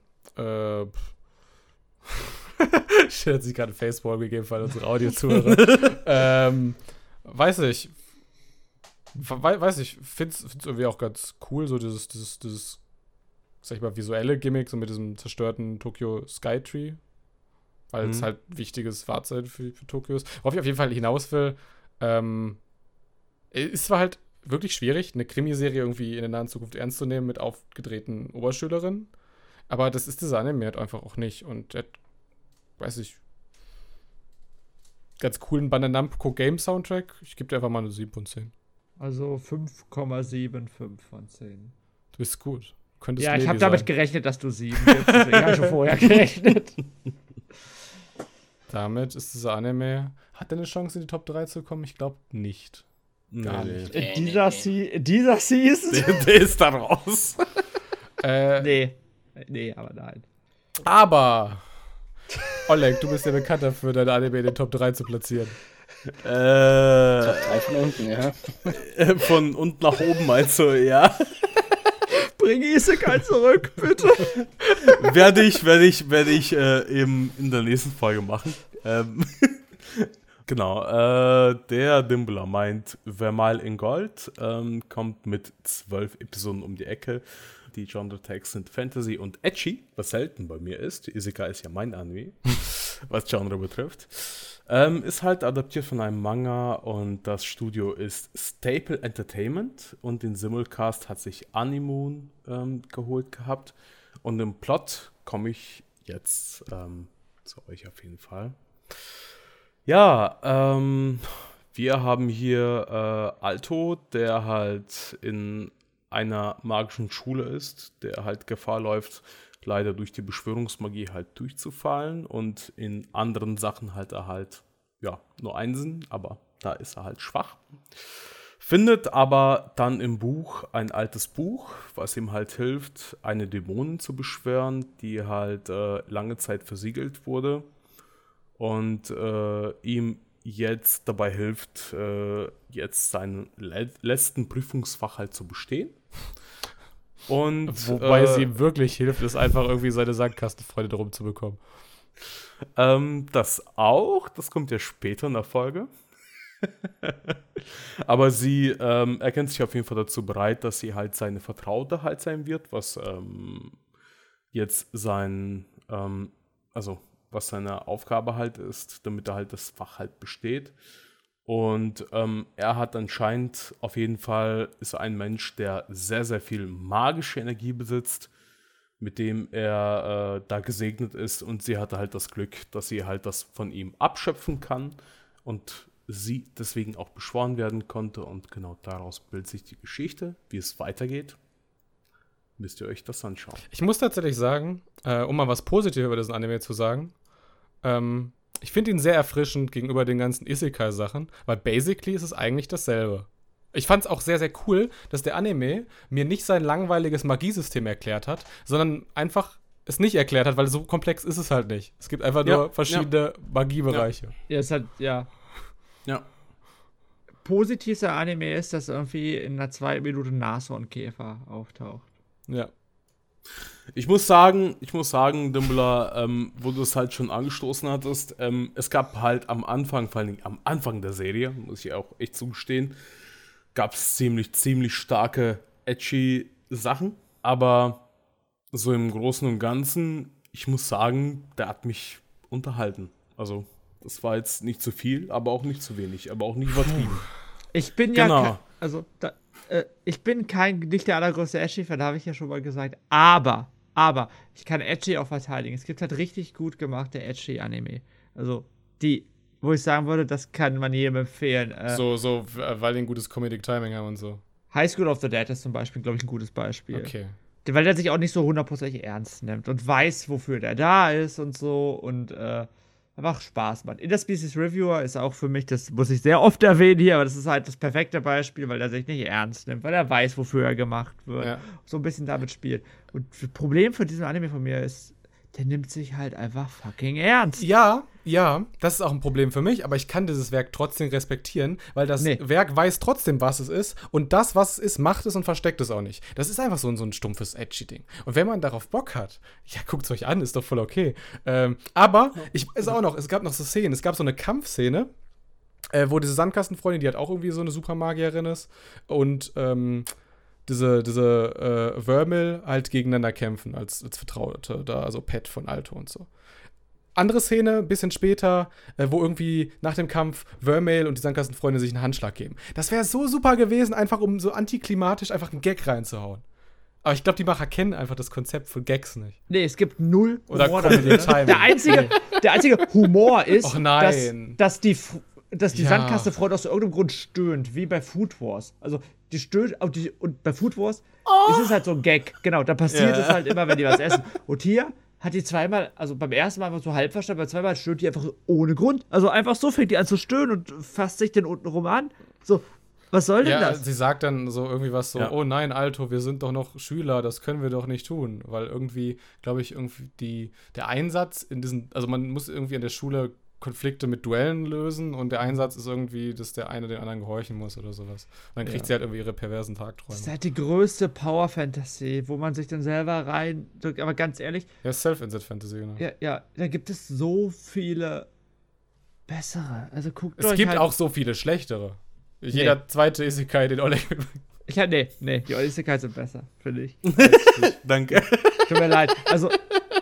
Shit, hat sich gerade ein Facepalm gegeben für unsere Audio-Zuhörer. Weiß nicht. Weiß nicht, find's irgendwie auch ganz cool, so dieses, sag ich mal, visuelle Gimmick, so mit diesem zerstörten Tokyo Skytree. Weil es halt ein wichtiges Wahrzeichen für Tokio ist. Worauf ich auf jeden Fall hinaus will, ist zwar halt wirklich schwierig, eine Krimiserie irgendwie in der nahen Zukunft ernst zu nehmen mit aufgedrehten Oberschülerinnen, aber das ist dieser Anime halt einfach auch nicht. Und der, weiß ich, ganz coolen Bananamco Game Soundtrack. Ich gebe dir einfach mal eine 7 von 10. Also 5,75 von 10. Du bist gut. Könntest Ja, ich Levi habe damit sein. gerechnet, dass du 7 gibst. Deswegen habe ich schon vorher gerechnet. Damit ist dieser Anime. Hat er eine Chance, in die Top 3 zu kommen? Ich glaube nicht. Gar nicht. In dieser Season? Der ist da raus. Nee, aber nein. Aber Oleg, du bist ja bekannt dafür, deine Anime in den Top 3 zu platzieren. Top 3 von unten, ja. Von unten nach oben meinst du, ja. Bring Isekai zurück, bitte. Werde ich eben in der nächsten Folge machen. Genau, der Dimbler meint, Vermeil in Gold kommt mit 12 Episoden um die Ecke. Die Genre-Tags sind Fantasy und Ecchi, was selten bei mir ist. Isekai ist ja mein Anime, was Genre betrifft. Ist halt adaptiert von einem Manga und das Studio ist Staple Entertainment und den Simulcast hat sich Animoon geholt gehabt. Und im Plot komme ich jetzt zu euch auf jeden Fall. Ja, wir haben hier Alto, der halt in einer magischen Schule ist, der halt Gefahr läuft, leider durch die Beschwörungsmagie halt durchzufallen und in anderen Sachen halt er halt, ja, nur Einsen, aber da ist er halt schwach. Findet aber dann im Buch ein altes Buch, was ihm halt hilft, eine Dämonin zu beschwören, die halt lange Zeit versiegelt wurde und ihm jetzt dabei hilft, jetzt seinen letzten Prüfungsfach halt zu bestehen. Und wobei es ihm wirklich hilft, ist einfach irgendwie seine Sandkastenfreude darum zu bekommen. Das auch, das kommt ja später in der Folge. Aber sie erkennt sich auf jeden Fall dazu bereit, dass sie halt seine Vertraute halt sein wird, was jetzt was seine Aufgabe halt ist, damit er halt das Fach halt besteht. Und er hat anscheinend auf jeden Fall, ist ein Mensch, der sehr, sehr viel magische Energie besitzt, mit dem er da gesegnet ist. Und sie hatte halt das Glück, dass sie halt das von ihm abschöpfen kann und sie deswegen auch beschworen werden konnte. Und genau daraus bildet sich die Geschichte, wie es weitergeht. Müsst ihr euch das anschauen. Ich muss tatsächlich sagen, um mal was Positives über diesen Anime zu sagen, ich finde ihn sehr erfrischend gegenüber den ganzen Isekai-Sachen, weil basically ist es eigentlich dasselbe. Ich fand es auch sehr, sehr cool, dass der Anime mir nicht sein langweiliges Magiesystem erklärt hat, sondern einfach es nicht erklärt hat, weil so komplex ist es halt nicht. Es gibt einfach nur verschiedene Magiebereiche. Ja, es hat, ja. Ja. Positivster Anime ist, dass irgendwie in einer 2 Minute Nashornkäfer auftaucht. Ja. Ich muss sagen, Dimbler, wo du es halt schon angestoßen hattest, es gab halt am Anfang, vor allem am Anfang der Serie, muss ich auch echt zugestehen, gab es ziemlich starke, edgy Sachen, aber so im Großen und Ganzen, ich muss sagen, der hat mich unterhalten. Also, das war jetzt nicht zu viel, aber auch nicht zu wenig, aber auch nicht übertrieben. Ich bin Genau. Ich bin nicht der allergrößte Edgy-Fan, habe ich ja schon mal gesagt, aber ich kann Edgy auch verteidigen. Es gibt halt richtig gut gemachte Edgy-Anime. Also, wo ich sagen würde, das kann man jedem empfehlen. Weil die ein gutes Comedic Timing haben und so. High School of the Dead ist zum Beispiel, glaube ich, ein gutes Beispiel. Okay. weil der sich auch nicht so hundertprozentig ernst nimmt und weiß, wofür der da ist und so und einfach Spaß macht. Interspecies Reviewer ist auch für mich, das muss ich sehr oft erwähnen hier, aber das ist halt das perfekte Beispiel, weil er sich nicht ernst nimmt, weil er weiß, wofür er gemacht wird. Ja. So ein bisschen damit spielt. Und das Problem für diesen Anime von mir ist, der nimmt sich halt einfach fucking ernst. Ja, das ist auch ein Problem für mich, aber ich kann dieses Werk trotzdem respektieren, weil das Werk weiß trotzdem, was es ist und das, was es ist, macht es und versteckt es auch nicht. Das ist einfach so ein stumpfes Edgy-Ding. Und wenn man darauf Bock hat, ja, guckt es euch an, ist doch voll okay. Aber es gab noch so Szenen, es gab so eine Kampfszene, wo diese Sandkastenfreundin, die halt auch irgendwie so eine Supermagierin ist und diese Vermil halt gegeneinander kämpfen als Vertraute, da, also Pet von Alto und so. Andere Szene, ein bisschen später, wo irgendwie nach dem Kampf Vermil und die Sandkastenfreunde sich einen Handschlag geben. Das wäre so super gewesen, einfach um so antiklimatisch einfach einen Gag reinzuhauen. Aber ich glaube, die Macher kennen einfach das Konzept von Gags nicht. Nee, es gibt null Humor damit. Der einzige Humor ist, Och nein. dass die Sandkastenfreundin aus irgendeinem Grund stöhnt, wie bei Food Wars. Also, die stöhnt, und bei Food Wars ist es halt so ein Gag. Genau, da passiert es halt immer, wenn die was essen. Und hier hat die zweimal, also beim ersten Mal einfach so halb verstanden, beim zweiten Mal stöhnt die einfach so ohne Grund. Also einfach so fängt die an zu stöhnen und fasst sich den unten rum an. So, was soll denn das? Sie sagt dann so irgendwie was so, Ja. oh nein, Alto, wir sind doch noch Schüler, das können wir doch nicht tun. Weil irgendwie, glaube ich, der Einsatz in diesen, also man muss irgendwie an der Schule Konflikte mit Duellen lösen und der Einsatz ist irgendwie, dass der eine den anderen gehorchen muss oder sowas. Und dann kriegt sie halt irgendwie ihre perversen Tagträume. Das ist halt die größte Power-Fantasy, wo man sich dann selber reindrückt. Aber ganz ehrlich, Ja, Self-Insert-Fantasy, genau. ja, da gibt es so viele bessere. Also guckt Es euch gibt halt auch so viele schlechtere. Jeder zweite Isekai, den Oleg Nee, die Isekai sind besser, finde ich. Danke. Tut mir leid. Also.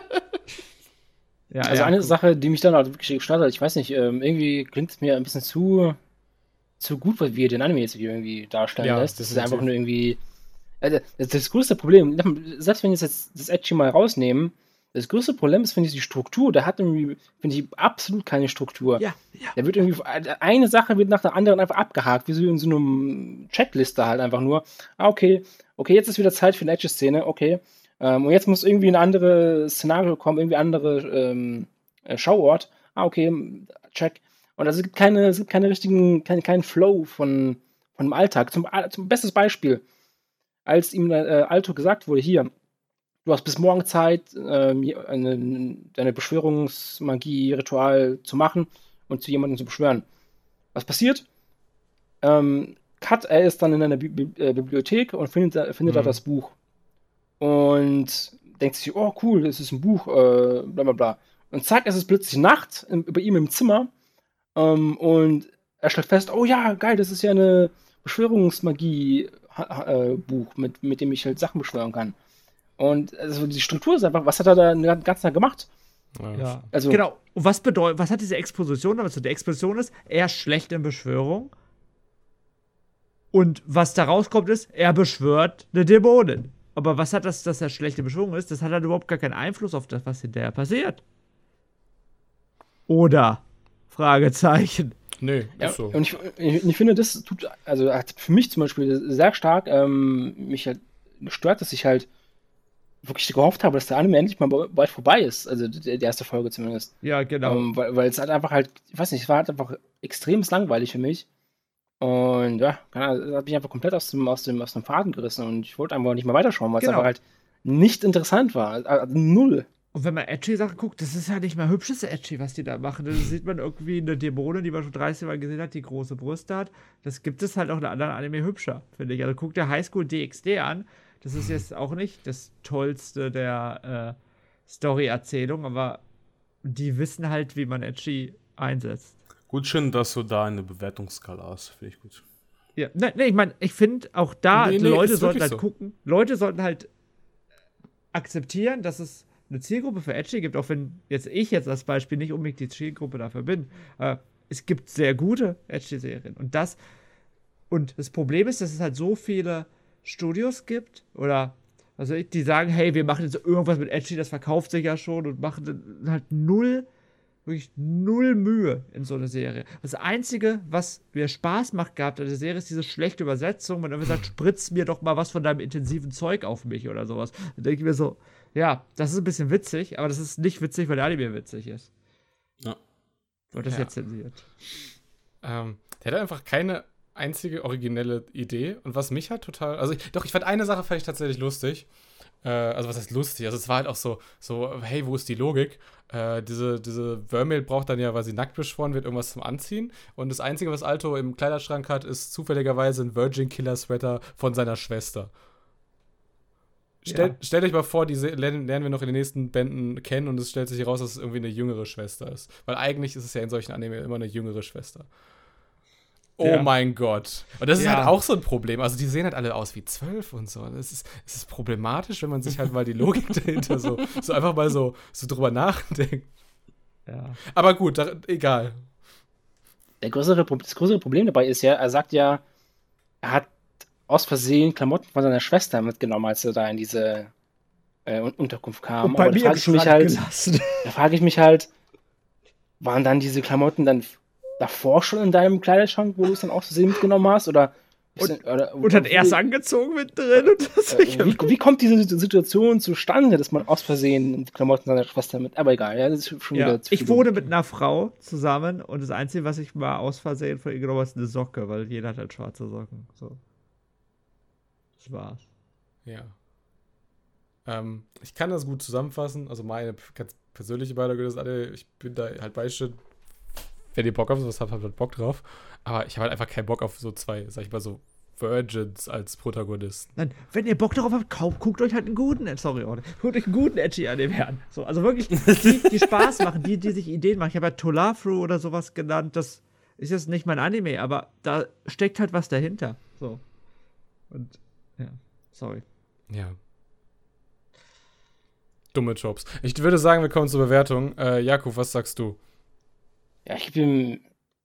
Ja, Also eine Sache, die mich dann halt wirklich gestört hat, ich weiß nicht, irgendwie klingt es mir ein bisschen zu gut, wie ihr den Anime jetzt irgendwie darstellen Ja, lässt. Das ist definitiv. einfach nur irgendwie. Also das größte Problem, selbst wenn wir jetzt das Edgy mal rausnehmen, das größte Problem ist, finde ich, die Struktur. Der hat irgendwie, finde ich, absolut keine Struktur. Ja. Der wird irgendwie, eine Sache wird nach der anderen einfach abgehakt, wie so in so einem Chatliste halt einfach nur. Okay, jetzt ist wieder Zeit für eine Edgy-Szene, okay. Und jetzt muss irgendwie ein anderes Szenario kommen, irgendwie ein anderer Schauort. Okay, check. Und also es gibt keine richtigen, keinen Flow von dem Alltag. Zum bestes Beispiel, als ihm Alto gesagt wurde, hier, du hast bis morgen Zeit, deine Beschwörungsmagie-Ritual zu machen und zu jemandem zu beschwören. Was passiert? Cut, er ist dann in einer Bibliothek und findet da das Buch. Und denkt sich, oh cool, das ist ein Buch, bla bla bla. Und zack, es ist plötzlich Nacht bei ihm im Zimmer. Und er stellt fest, oh ja, geil, das ist ja eine Beschwörungsmagie-Buch, mit dem ich halt Sachen beschwören kann. Und also die Struktur ist einfach, was hat er da den ganzen Tag gemacht? Ja. Also, Genau. Und was hat diese Exposition damit zu tun? Die Exposition ist, er ist schlecht in Beschwörung. Und was da rauskommt ist, er beschwört eine Dämonin. Aber was hat das, dass er schlechte Beschwörung ist? Das hat dann überhaupt gar keinen Einfluss auf das, was hinterher passiert. Oder? Fragezeichen. Nee, ja, ist so. und ich finde, das hat für mich zum Beispiel sehr stark mich halt gestört, dass ich halt wirklich gehofft habe, dass der Anime endlich mal bald vorbei ist. Also die erste Folge zumindest. Ja, genau. Weil es halt einfach halt, ich weiß nicht, es war halt einfach extrem langweilig für mich. Und ja, das hat mich einfach komplett aus dem Faden gerissen und ich wollte einfach nicht mehr weiterschauen, weil es einfach halt nicht interessant war. Also null. Und wenn man Edgy-Sachen guckt, das ist ja nicht mehr hübsches Edgy, was die da machen. Da sieht man irgendwie eine Dämonin, die man schon 30 Mal gesehen hat, die große Brüste hat. Das gibt es halt auch in anderen Anime hübscher, finde ich. Also guck dir High School DxD an. Das ist jetzt auch nicht das Tollste der Story-Erzählung, aber die wissen halt, wie man Edgy einsetzt. Gut, schön, dass du da eine Bewertungsskala hast. Finde ich gut. Ja, ich meine, ich finde auch da, Leute sollten halt gucken. Leute sollten halt akzeptieren, dass es eine Zielgruppe für Edgy gibt, auch wenn ich jetzt als Beispiel nicht unbedingt die Zielgruppe dafür bin. Es gibt sehr gute Edgy-Serien. Und das Problem ist, dass es halt so viele Studios gibt, oder die sagen, hey, wir machen jetzt irgendwas mit Edgy, das verkauft sich ja schon und machen halt null wirklich null Mühe in so eine Serie. Das Einzige, was mir Spaß macht gehabt an der Serie, ist diese schlechte Übersetzung. Man hat gesagt, spritz mir doch mal was von deinem intensiven Zeug auf mich oder sowas. Da denke ich mir so, ja, das ist ein bisschen witzig, aber das ist nicht witzig, weil der Anime witzig ist. Ja. Und das Ja. jetzt zensiert. Der hat einfach keine einzige originelle Idee. Und was mich halt total. Also, ich fand eine Sache fand ich tatsächlich lustig. Also, was heißt lustig? Also, es war halt auch so, hey, wo ist die Logik? Diese Vermeil braucht dann ja, weil sie nackt beschworen wird, irgendwas zum Anziehen. Und das Einzige, was Alto im Kleiderschrank hat, ist zufälligerweise ein Virgin Killer Sweater von seiner Schwester. Stellt euch mal vor, lernen wir noch in den nächsten Bänden kennen und es stellt sich heraus, dass es irgendwie eine jüngere Schwester ist. Weil eigentlich ist es ja in solchen Anime immer eine jüngere Schwester. Oh Ja. mein Gott. Und das ist Ja. halt auch so ein Problem. Also die sehen halt alle aus wie 12 und so. Es ist problematisch, wenn man sich halt mal die Logik dahinter so einfach mal so drüber nachdenkt. Ja. Aber gut, egal. Das größere Problem dabei ist ja, er sagt ja, er hat aus Versehen Klamotten von seiner Schwester mitgenommen, als er da in diese Unterkunft kam. Und bei Aber mir da frage ich mich halt, waren dann diese Klamotten dann davor schon in deinem Kleiderschrank, wo du es dann aus Versehen mitgenommen hast? Oder Und hat erst angezogen mit drin. Und das wie kommt diese Situation zustande, dass man aus Versehen die Klamotten seiner Schwester mit. Aber egal, ja, das ist schon wieder zu viel. Ich wohne mit einer Frau zusammen und das Einzige, was ich mal aus Versehen von ihr genommen habe, ist eine Socke, weil jeder hat halt schwarze Socken. So. Das war's. Ja. Ich kann das gut zusammenfassen. Also meine ganz persönliche Meinung ist alle, ich bin da halt beistimmt. Wenn ihr Bock auf sowas habt, habt ihr Bock drauf. Aber ich habe halt einfach keinen Bock auf so zwei, sag ich mal so, Virgins als Protagonisten. Nein, wenn ihr Bock darauf habt, guckt euch halt einen guten, guckt euch einen guten Edgy-Anime an. So, also wirklich, die Spaß machen, die sich Ideen machen. Ich habe ja Tolafru oder sowas genannt. Das ist jetzt nicht mein Anime, aber da steckt halt was dahinter. So. Und, ja, sorry. Ja. Dumme Jobs. Ich würde sagen, wir kommen zur Bewertung. Jakub, was sagst du? Ja, ich habe ihm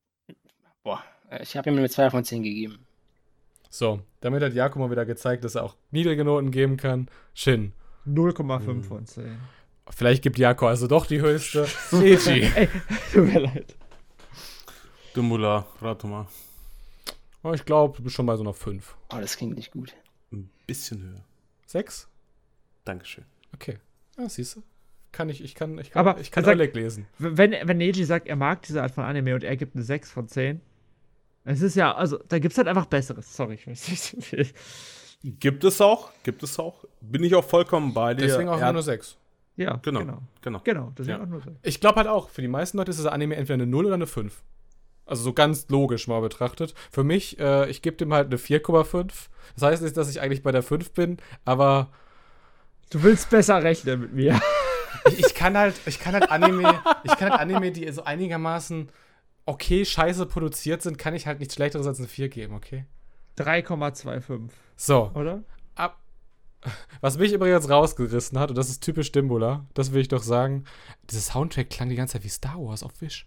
eine 2 von 10 gegeben. So, damit hat Jakub mal wieder gezeigt, dass er auch niedrige Noten geben kann. Shin. 0,5 von 10. Vielleicht gibt Jakub also doch die höchste. Eiji. Ey, tut mir leid. Dumula, rate mal. Oh, ich glaube, du bist schon bei so einer 5. Oh, das klingt nicht gut. Ein bisschen höher. 6? Dankeschön. Okay. Ja, siehst du? Ich kann Aber Oleg lesen. Wenn Neji sagt, er mag diese Art von Anime und er gibt eine 6 von 10, es ist ja, also, da gibt's halt einfach Besseres. Sorry, ich weiß nicht so viel. Gibt es auch. Bin ich auch vollkommen bei dir. Deswegen auch nur eine 6. Ja, Genau. Genau, deswegen Ja. auch nur 6. Ich glaube halt auch, für die meisten Leute ist das Anime entweder eine 0 oder eine 5. Also so ganz logisch mal betrachtet. Für mich, ich gebe dem halt eine 4,5. Das heißt nicht, dass ich eigentlich bei der 5 bin, aber Du willst besser rechnen mit mir. ich kann halt Anime, die so einigermaßen okay scheiße produziert sind, kann ich halt nichts Schlechteres als eine 4 geben, okay? 3,25, So, oder? was mich übrigens rausgerissen hat, und das ist typisch Dimbula, das will ich doch sagen, dieser Soundtrack klang die ganze Zeit wie Star Wars auf Wish.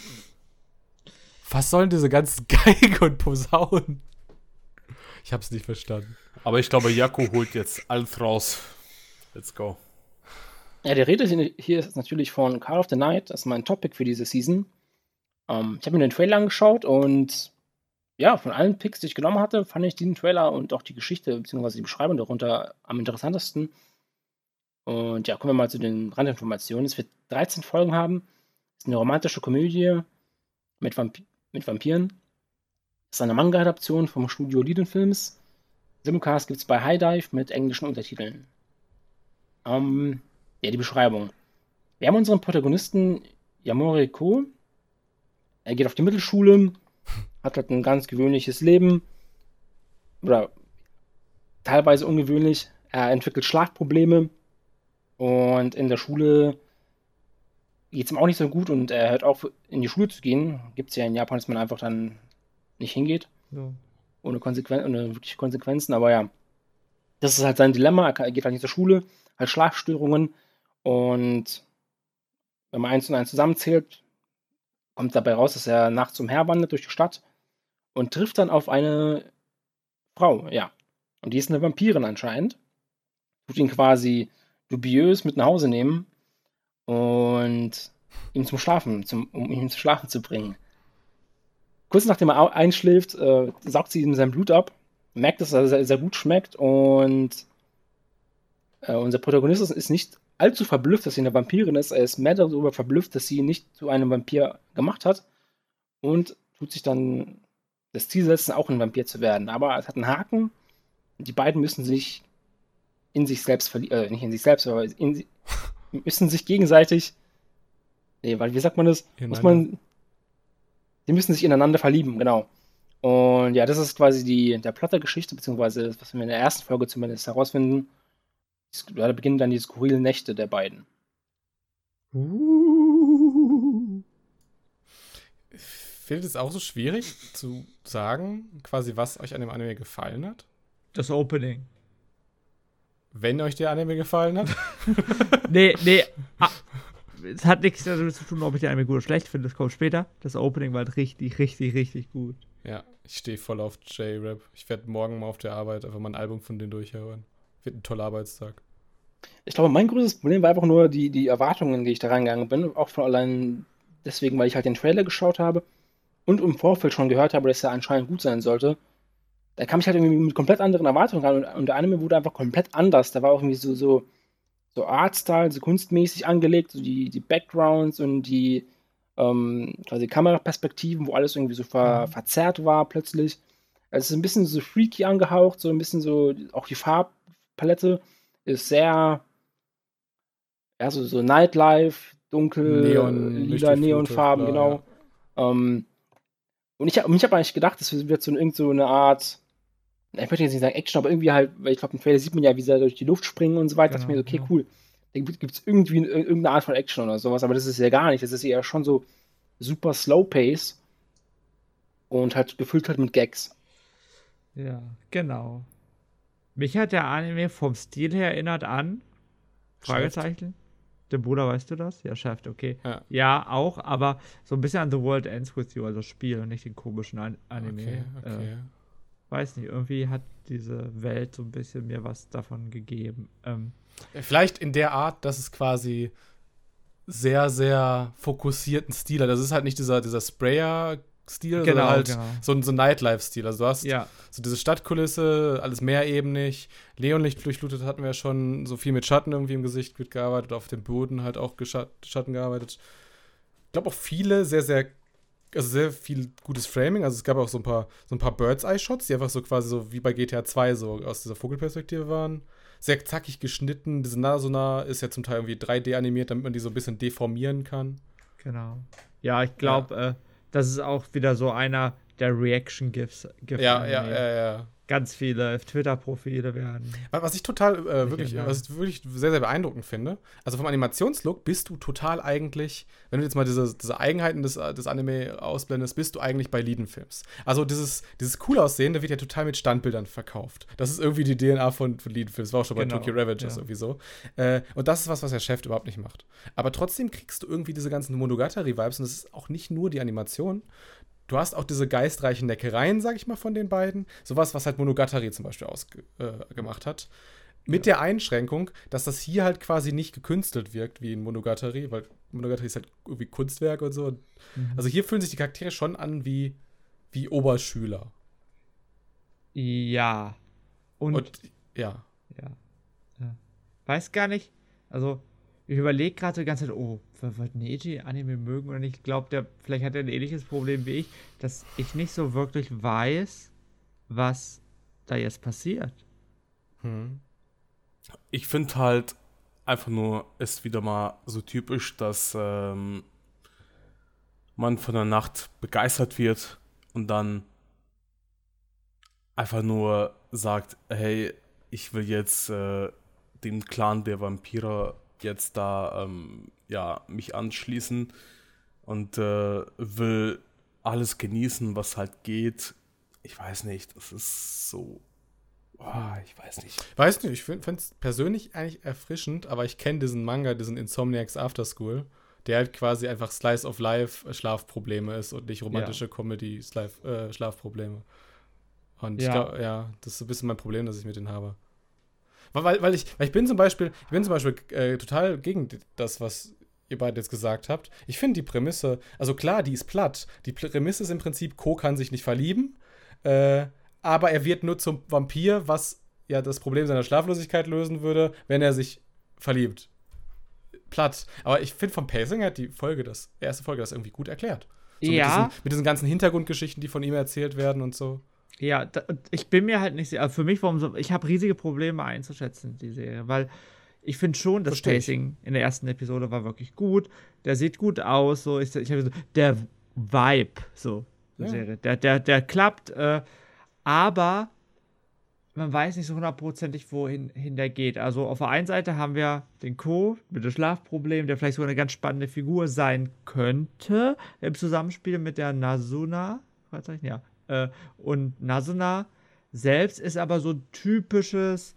Was sollen diese ganzen Geigen und Posaunen? Ich hab's nicht verstanden. Aber ich glaube, Jakko holt jetzt alles raus. Let's go. Ja, der Rede hier ist natürlich von Call of the Night. Das ist mein Topic für diese Season. Ich habe mir den Trailer angeschaut und ja, von allen Picks, die ich genommen hatte, fand ich diesen Trailer und auch die Geschichte bzw. die Beschreibung darunter am interessantesten. Und ja, kommen wir mal zu den Randinformationen. Es wird 13 Folgen haben. Es ist eine romantische Komödie mit Vampiren. Es ist eine Manga-Adaption vom Studio Liden Films. Simcast gibt es bei High Dive mit englischen Untertiteln. Ja, die Beschreibung. Wir haben unseren Protagonisten Yamori Ko. Er geht auf die Mittelschule, hat halt ein ganz gewöhnliches Leben. Oder teilweise ungewöhnlich. Er entwickelt Schlafprobleme. Und in der Schule geht es ihm auch nicht so gut und er hört auf, in die Schule zu gehen. Gibt es ja in Japan, dass man einfach dann nicht hingeht. Ja. Ohne wirkliche Konsequenzen. Aber ja, das ist halt sein Dilemma. Er geht halt nicht zur Schule, hat Schlafstörungen. Und wenn man 1 und 1 zusammenzählt, kommt dabei raus, dass er nachts umherwandert durch die Stadt und trifft dann auf eine Frau, ja. Und die ist eine Vampirin anscheinend. Tut ihn quasi dubiös mit nach Hause nehmen. Und um ihn zum Schlafen zu bringen. Kurz nachdem er einschläft, saugt sie ihm sein Blut ab, merkt, dass er sehr, sehr gut schmeckt und unser Protagonist ist nicht allzu verblüfft, dass sie eine Vampirin ist. Er ist mehr darüber verblüfft, dass sie ihn nicht zu einem Vampir gemacht hat und tut sich dann das Ziel setzen, auch ein Vampir zu werden. Aber es hat einen Haken. Die beiden müssen sich in sich selbst verlieben, nicht in sich selbst, aber müssen sich gegenseitig, nee, weil, wie sagt man das? Die müssen sich ineinander verlieben, genau. Und ja, das ist quasi der Plot der Geschichte, beziehungsweise was wir in der ersten Folge zumindest herausfinden. Da beginnen dann die skurrilen Nächte der beiden. Findet es auch so schwierig zu sagen, quasi, was euch an dem Anime gefallen hat? Das Opening. Wenn euch der Anime gefallen hat? Nee. Es hat nichts damit zu tun, ob ich den Anime gut oder schlecht finde. Das kommt später. Das Opening war halt richtig, richtig, richtig gut. Ja, ich stehe voll auf J-Rap. Ich werde morgen mal auf der Arbeit einfach mal ein Album von denen durchhören. Wird ein toller Arbeitstag. Ich glaube, mein größtes Problem war einfach nur die Erwartungen, die ich da reingegangen bin. Auch von allein deswegen, weil ich halt den Trailer geschaut habe und im Vorfeld schon gehört habe, dass er anscheinend gut sein sollte. Da kam ich halt irgendwie mit komplett anderen Erwartungen ran und der Anime wurde einfach komplett anders. Da war auch irgendwie so Artstyle, so kunstmäßig angelegt, so die Backgrounds und die quasi Kameraperspektiven, wo alles irgendwie so verzerrt war plötzlich. Also es ist ein bisschen so freaky angehaucht, so ein bisschen so, auch die Farbpalette ist sehr, ja, so Nightlife, dunkel, lila Neonfarben, klar, genau. Ja. Und ich habe eigentlich gedacht, das wird so eine Art, ich möchte jetzt nicht sagen Action, aber irgendwie halt, weil ich glaube, im Trailer sieht man ja, wie sie da durch die Luft springen und so weiter. Genau, Da dachte ich mir so, okay, cool. Da gibt es irgendwie irgendeine Art von Action oder sowas, aber das ist ja gar nicht. Das ist eher schon so super Slow Pace und halt gefüllt halt mit Gags. Ja, genau. Mich hat der Anime vom Stil her erinnert an Fragezeichen. Der Bruder, weißt du das? Ja, Shaft, okay. Ja, auch, aber so ein bisschen an The World Ends With You, also das Spiel und nicht den komischen Anime. Okay. Weiß nicht, irgendwie hat diese Welt so ein bisschen mir was davon gegeben. Vielleicht in der Art, dass es quasi sehr, sehr fokussierten Stil hat. Das ist halt nicht dieser Sprayer-Stil, sondern halt so ein Nightlife-Stil. Also du hast so diese Stadtkulisse, alles mehrebnig, Neonlicht durchflutet hatten wir ja schon, so viel mit Schatten irgendwie im Gesicht wird gearbeitet, auf dem Boden halt auch Schatten gearbeitet. Ich glaube auch sehr viel gutes Framing. Also es gab auch so ein paar Bird's-Eye-Shots, die einfach so quasi so wie bei GTA 2 so aus dieser Vogelperspektive waren. Sehr zackig geschnitten. Diese Nasona ist ja zum Teil irgendwie 3D animiert, damit man die so ein bisschen deformieren kann. Genau. Ja, ich glaube, das ist auch wieder so einer der Reaction-GIFs. Ja. Ganz viele Twitter-Profile werden. Was ich total, was ich wirklich sehr, sehr beeindruckend finde, also vom Animationslook bist du total eigentlich, wenn du jetzt mal diese Eigenheiten des Anime ausblendest, bist du eigentlich bei Leiden-Films. Also dieses cool Aussehende wird ja total mit Standbildern verkauft. Das ist irgendwie die DNA von Leiden-Films. War auch schon bei Tokyo Revengers irgendwie so. Und das ist was der Chef überhaupt nicht macht. Aber trotzdem kriegst du irgendwie diese ganzen Monogatari-Vibes und es ist auch nicht nur die Animation. Du hast auch diese geistreichen Neckereien, sag ich mal, von den beiden. Sowas, was halt Monogatari zum Beispiel gemacht hat. Mit der Einschränkung, dass das hier halt quasi nicht gekünstelt wirkt wie in Monogatari, weil Monogatari ist halt irgendwie Kunstwerk und so. Also hier fühlen sich die Charaktere schon an wie Oberschüler. Ja. Und ja. Weiß gar nicht. Also, ich überlege gerade die ganze Zeit, wird Neji Anime mögen oder nicht? Ich glaube, vielleicht hat er ein ähnliches Problem wie ich, dass ich nicht so wirklich weiß, was da jetzt passiert. Ich finde halt einfach nur, ist wieder mal so typisch, dass man von der Nacht begeistert wird und dann einfach nur sagt, hey, ich will jetzt dem Clan der Vampire jetzt da mich anschließen und will alles genießen, was halt geht. Ich weiß nicht, das ist so. Ich weiß nicht. Ich finde es persönlich eigentlich erfrischend, aber ich kenne diesen Manga, diesen Insomniacs After School, der halt quasi einfach Slice of Life Schlafprobleme ist und nicht romantische Comedy Schlafprobleme. Und ich glaube, das ist so ein bisschen mein Problem, das ich mit denen habe. Weil ich bin zum Beispiel total gegen das, was ihr beide jetzt gesagt habt. Ich finde die Prämisse, also klar, die ist platt. Die Prämisse ist im Prinzip, Ko kann sich nicht verlieben, aber er wird nur zum Vampir, was ja das Problem seiner Schlaflosigkeit lösen würde, wenn er sich verliebt. Platt. Aber ich finde, vom Pacing hat die erste Folge das irgendwie gut erklärt. So Ja. mit diesen ganzen Hintergrundgeschichten, die von ihm erzählt werden und so. Ja, ich bin mir halt nicht sicher. Für mich, ich habe riesige Probleme einzuschätzen, die Serie, weil ich finde schon, das Versteh ich. Pacing in der ersten Episode war wirklich gut. Der sieht gut aus, so ich habe so der Vibe, so der Ja. Serie, der klappt, aber man weiß nicht so hundertprozentig, wohin der geht. Also auf der einen Seite haben wir den Ko mit dem Schlafproblem, der vielleicht sogar eine ganz spannende Figur sein könnte im Zusammenspiel mit der Nazuna. Fragezeichen, ja. Und Nazuna selbst ist aber so ein typisches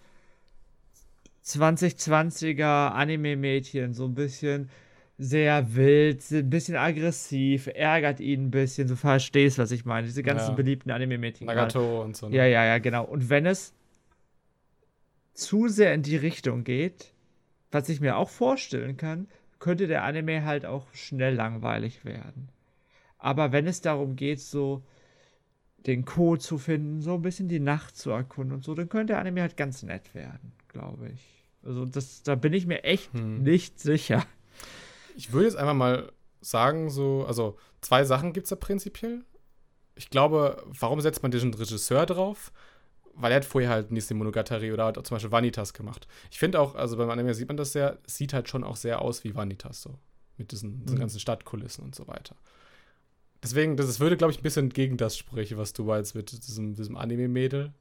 2020er Anime-Mädchen, so ein bisschen sehr wild, ein bisschen aggressiv, ärgert ihn ein bisschen, du verstehst, was ich meine. Diese ganzen Ja. beliebten Anime-Mädchen. Nagato und so. Ne? Ja, genau. Und wenn es zu sehr in die Richtung geht, was ich mir auch vorstellen kann, könnte der Anime halt auch schnell langweilig werden. Aber wenn es darum geht, so den Code zu finden, so ein bisschen die Nacht zu erkunden und so, dann könnte der Anime halt ganz nett werden, glaube ich. Also da bin ich mir echt nicht sicher. Ich würde jetzt einfach mal sagen, also 2 Sachen gibt es da prinzipiell. Ich glaube, warum setzt man diesen Regisseur drauf? Weil er hat vorher halt Nissin Monogatari oder hat auch zum Beispiel Vanitas gemacht. Ich finde auch, also beim Anime sieht man das sehr, es sieht halt schon auch sehr aus wie Vanitas, so. Mit diesen ganzen Stadtkulissen und so weiter. Deswegen, das würde, glaube ich, ein bisschen gegen das sprechen, was du meinst mit diesem Anime-Mädel.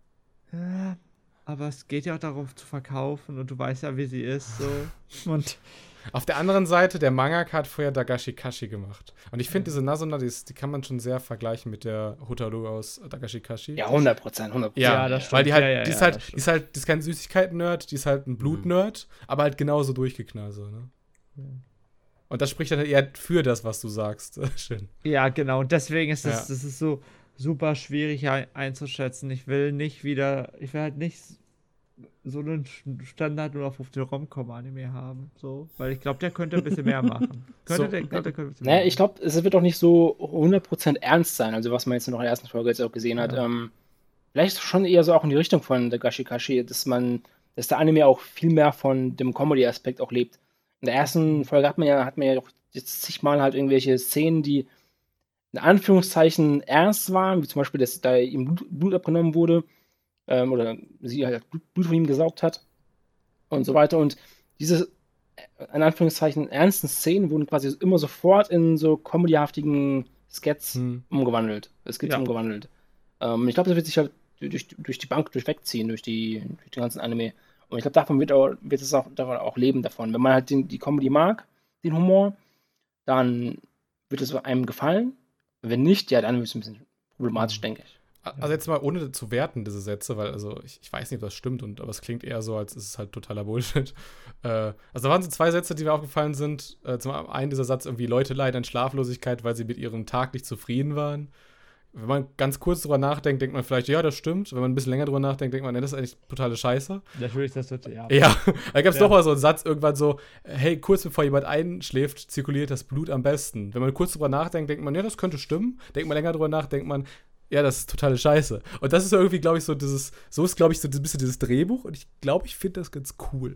Aber es geht ja auch darum zu verkaufen und du weißt ja, wie sie ist, so. Und Auf der anderen Seite, der Mangaka hat vorher Dagashi Kashi gemacht. Und ich finde, diese Nazuna, die kann man schon sehr vergleichen mit der Hotaru aus Dagashi Kashi. Ja, 100%. Ja, das stimmt. weil die halt, Ja, die ist ja, halt, das die ist halt, die ist kein Süßigkeiten-Nerd, die ist halt ein Blut-Nerd, aber halt genauso durchgeknallt, so, ne? Und das spricht dann halt eher für das, was du sagst. Schön. ja, genau. Und deswegen ist Ja. das ist so super schwierig einzuschätzen. Ich will halt nicht so einen Standard nur auf den Rom-Com-Anime haben, so, weil ich glaube, der könnte ein bisschen mehr machen. Der könnte ein bisschen mehr Naja, ich glaube, es wird auch nicht so 100% ernst sein, also was man jetzt noch in der ersten Folge jetzt auch gesehen hat. Vielleicht schon eher so auch in die Richtung von Dagashi Kashi, dass der Anime auch viel mehr von dem Comedy-Aspekt auch lebt. In der ersten Folge hat man ja auch jetzt zigmal halt irgendwelche Szenen, die in Anführungszeichen ernst waren, wie zum Beispiel, dass da ihm Blut abgenommen wurde, oder sie halt Blut von ihm gesaugt hat und so weiter. Und diese, in Anführungszeichen, ernsten Szenen wurden quasi immer sofort in so comedyhaftigen Skets umgewandelt. Ich glaube, das wird sich halt durch die Bank durchwegziehen, durch den ganzen Anime. Und ich glaube, davon wird es auch leben davon. Wenn man halt die Comedy mag, den Humor, dann wird es einem gefallen. Wenn nicht, ja, dann wird es ein bisschen problematisch, denke ich. Also jetzt mal ohne zu werten, diese Sätze, weil also ich weiß nicht, ob das stimmt, aber es klingt eher so, als ist es halt totaler Bullshit. Also da waren so 2 Sätze, die mir aufgefallen sind. Zum einen dieser Satz irgendwie, Leute leiden an Schlaflosigkeit, weil sie mit ihrem Tag nicht zufrieden waren. Wenn man ganz kurz drüber nachdenkt, denkt man vielleicht, ja, das stimmt. Wenn man ein bisschen länger drüber nachdenkt, denkt man, nee, das ist eigentlich totale Scheiße. Natürlich, das wird, ja. Ja, da gab es doch mal so einen Satz irgendwann so, hey, kurz bevor jemand einschläft, zirkuliert das Blut am besten. Wenn man kurz drüber nachdenkt, denkt man, ja, das könnte stimmen. Denkt man länger drüber nach, denkt man, ja, das ist totale Scheiße. Und das ist irgendwie, glaube ich, so ist, glaube ich, so ein bisschen dieses Drehbuch und ich glaube, ich finde das ganz cool.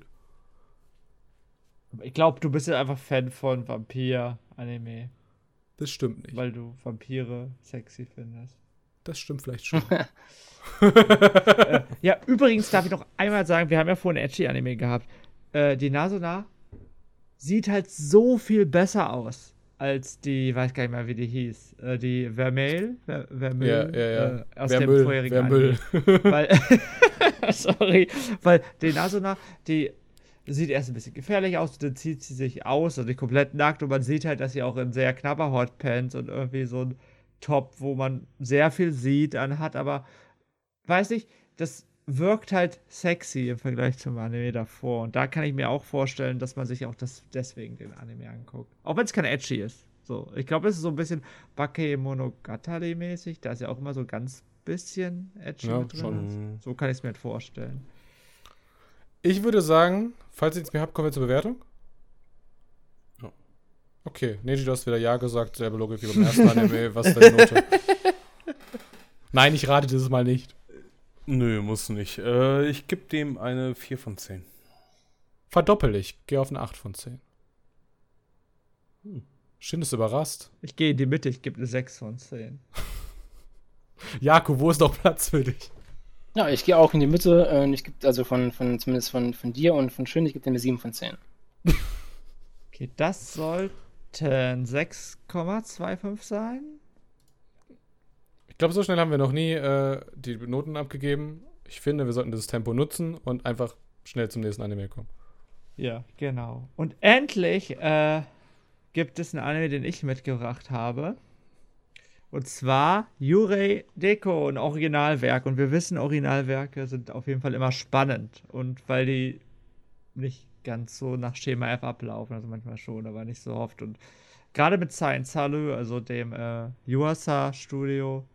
Ich glaube, du bist ja einfach Fan von Vampir-Anime, Das stimmt nicht. weil du Vampire sexy findest. Das stimmt vielleicht schon. Ja, übrigens darf ich noch einmal sagen, wir haben ja vorhin Ecchi-Anime gehabt. Die Nazuna sieht halt so viel besser aus als die, weiß gar nicht mehr, wie die hieß, die Vermeil, Ja. aus Wer dem Müll, vorherigen wer Müll. Anime. Weil die Nazuna, die sieht erst ein bisschen gefährlich aus, dann zieht sie sich aus, also nicht komplett nackt und man sieht halt, dass sie auch in sehr knapper Hotpants und irgendwie so ein Top, wo man sehr viel sieht, anhat, aber weiß nicht, das wirkt halt sexy im Vergleich zum Anime davor. Und da kann ich mir auch vorstellen, dass man sich auch deswegen den Anime anguckt. Auch wenn es kein Ecchi ist. So, ich glaube, es ist so ein bisschen Bakemonogatari-mäßig. Da ist ja auch immer so ganz bisschen Ecchi Ja, mit drin. schon. So kann ich es mir halt vorstellen. Ich würde sagen, falls ihr nichts mehr habt, kommen wir zur Bewertung. Ja. Okay, Neji, du hast wieder Ja gesagt, selbe Logik wie beim ersten Anime. Was ist deine Note? Nein, ich rate dieses Mal nicht. Nö, muss nicht. Ich gebe dem eine 4 von 10. Verdoppel ich. Gehe auf eine 8 von 10. Shin ist überrascht. Ich gehe in die Mitte, ich gebe eine 6 von 10. Jakob, wo ist noch Platz für dich? Ja, ich gehe auch in die Mitte. Ich gebe also zumindest von dir und von Schön, ich gebe dir eine 7 von 10. Okay, das sollten 6,25 sein. Ich glaube, so schnell haben wir noch nie die Noten abgegeben. Ich finde, wir sollten dieses Tempo nutzen und einfach schnell zum nächsten Anime kommen. Ja, genau. Und endlich gibt es einen Anime, den ich mitgebracht habe. Und zwar Yurei Deko, ein Originalwerk. Und wir wissen, Originalwerke sind auf jeden Fall immer spannend. Und weil die nicht ganz so nach Schema F ablaufen, also manchmal schon, aber nicht so oft. Und gerade mit Science Salu, also dem Yuasa-Studio,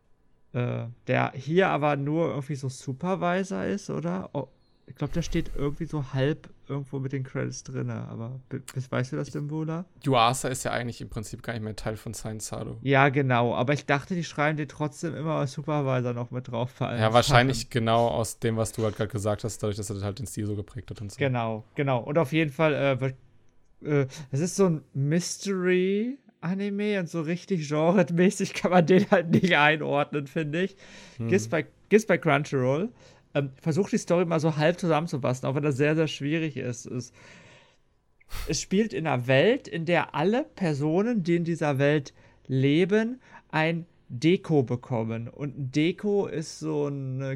der hier aber nur irgendwie so Supervisor ist, oder? Oh, ich glaube, der steht irgendwie so halb irgendwo mit den Credits drin, aber weißt du das, Dimbula? Yuasa ist ja eigentlich im Prinzip gar nicht mehr Teil von Science Salu. Ja, genau, aber ich dachte, die schreiben den trotzdem immer als Supervisor noch mit drauf. Ja, wahrscheinlich genau aus dem, was du halt gerade gesagt hast, dadurch, dass er halt den Stil so geprägt hat und so. Genau. Und auf jeden Fall es ist so ein Mystery-Anime und so richtig genremäßig kann man den halt nicht einordnen, finde ich. Gibt's bei Crunchyroll. Versucht die Story mal so halb zusammenzufassen, auch wenn das sehr, sehr schwierig ist. Es spielt in einer Welt, in der alle Personen, die in dieser Welt leben, ein Deko bekommen. Und ein Deko ist so ein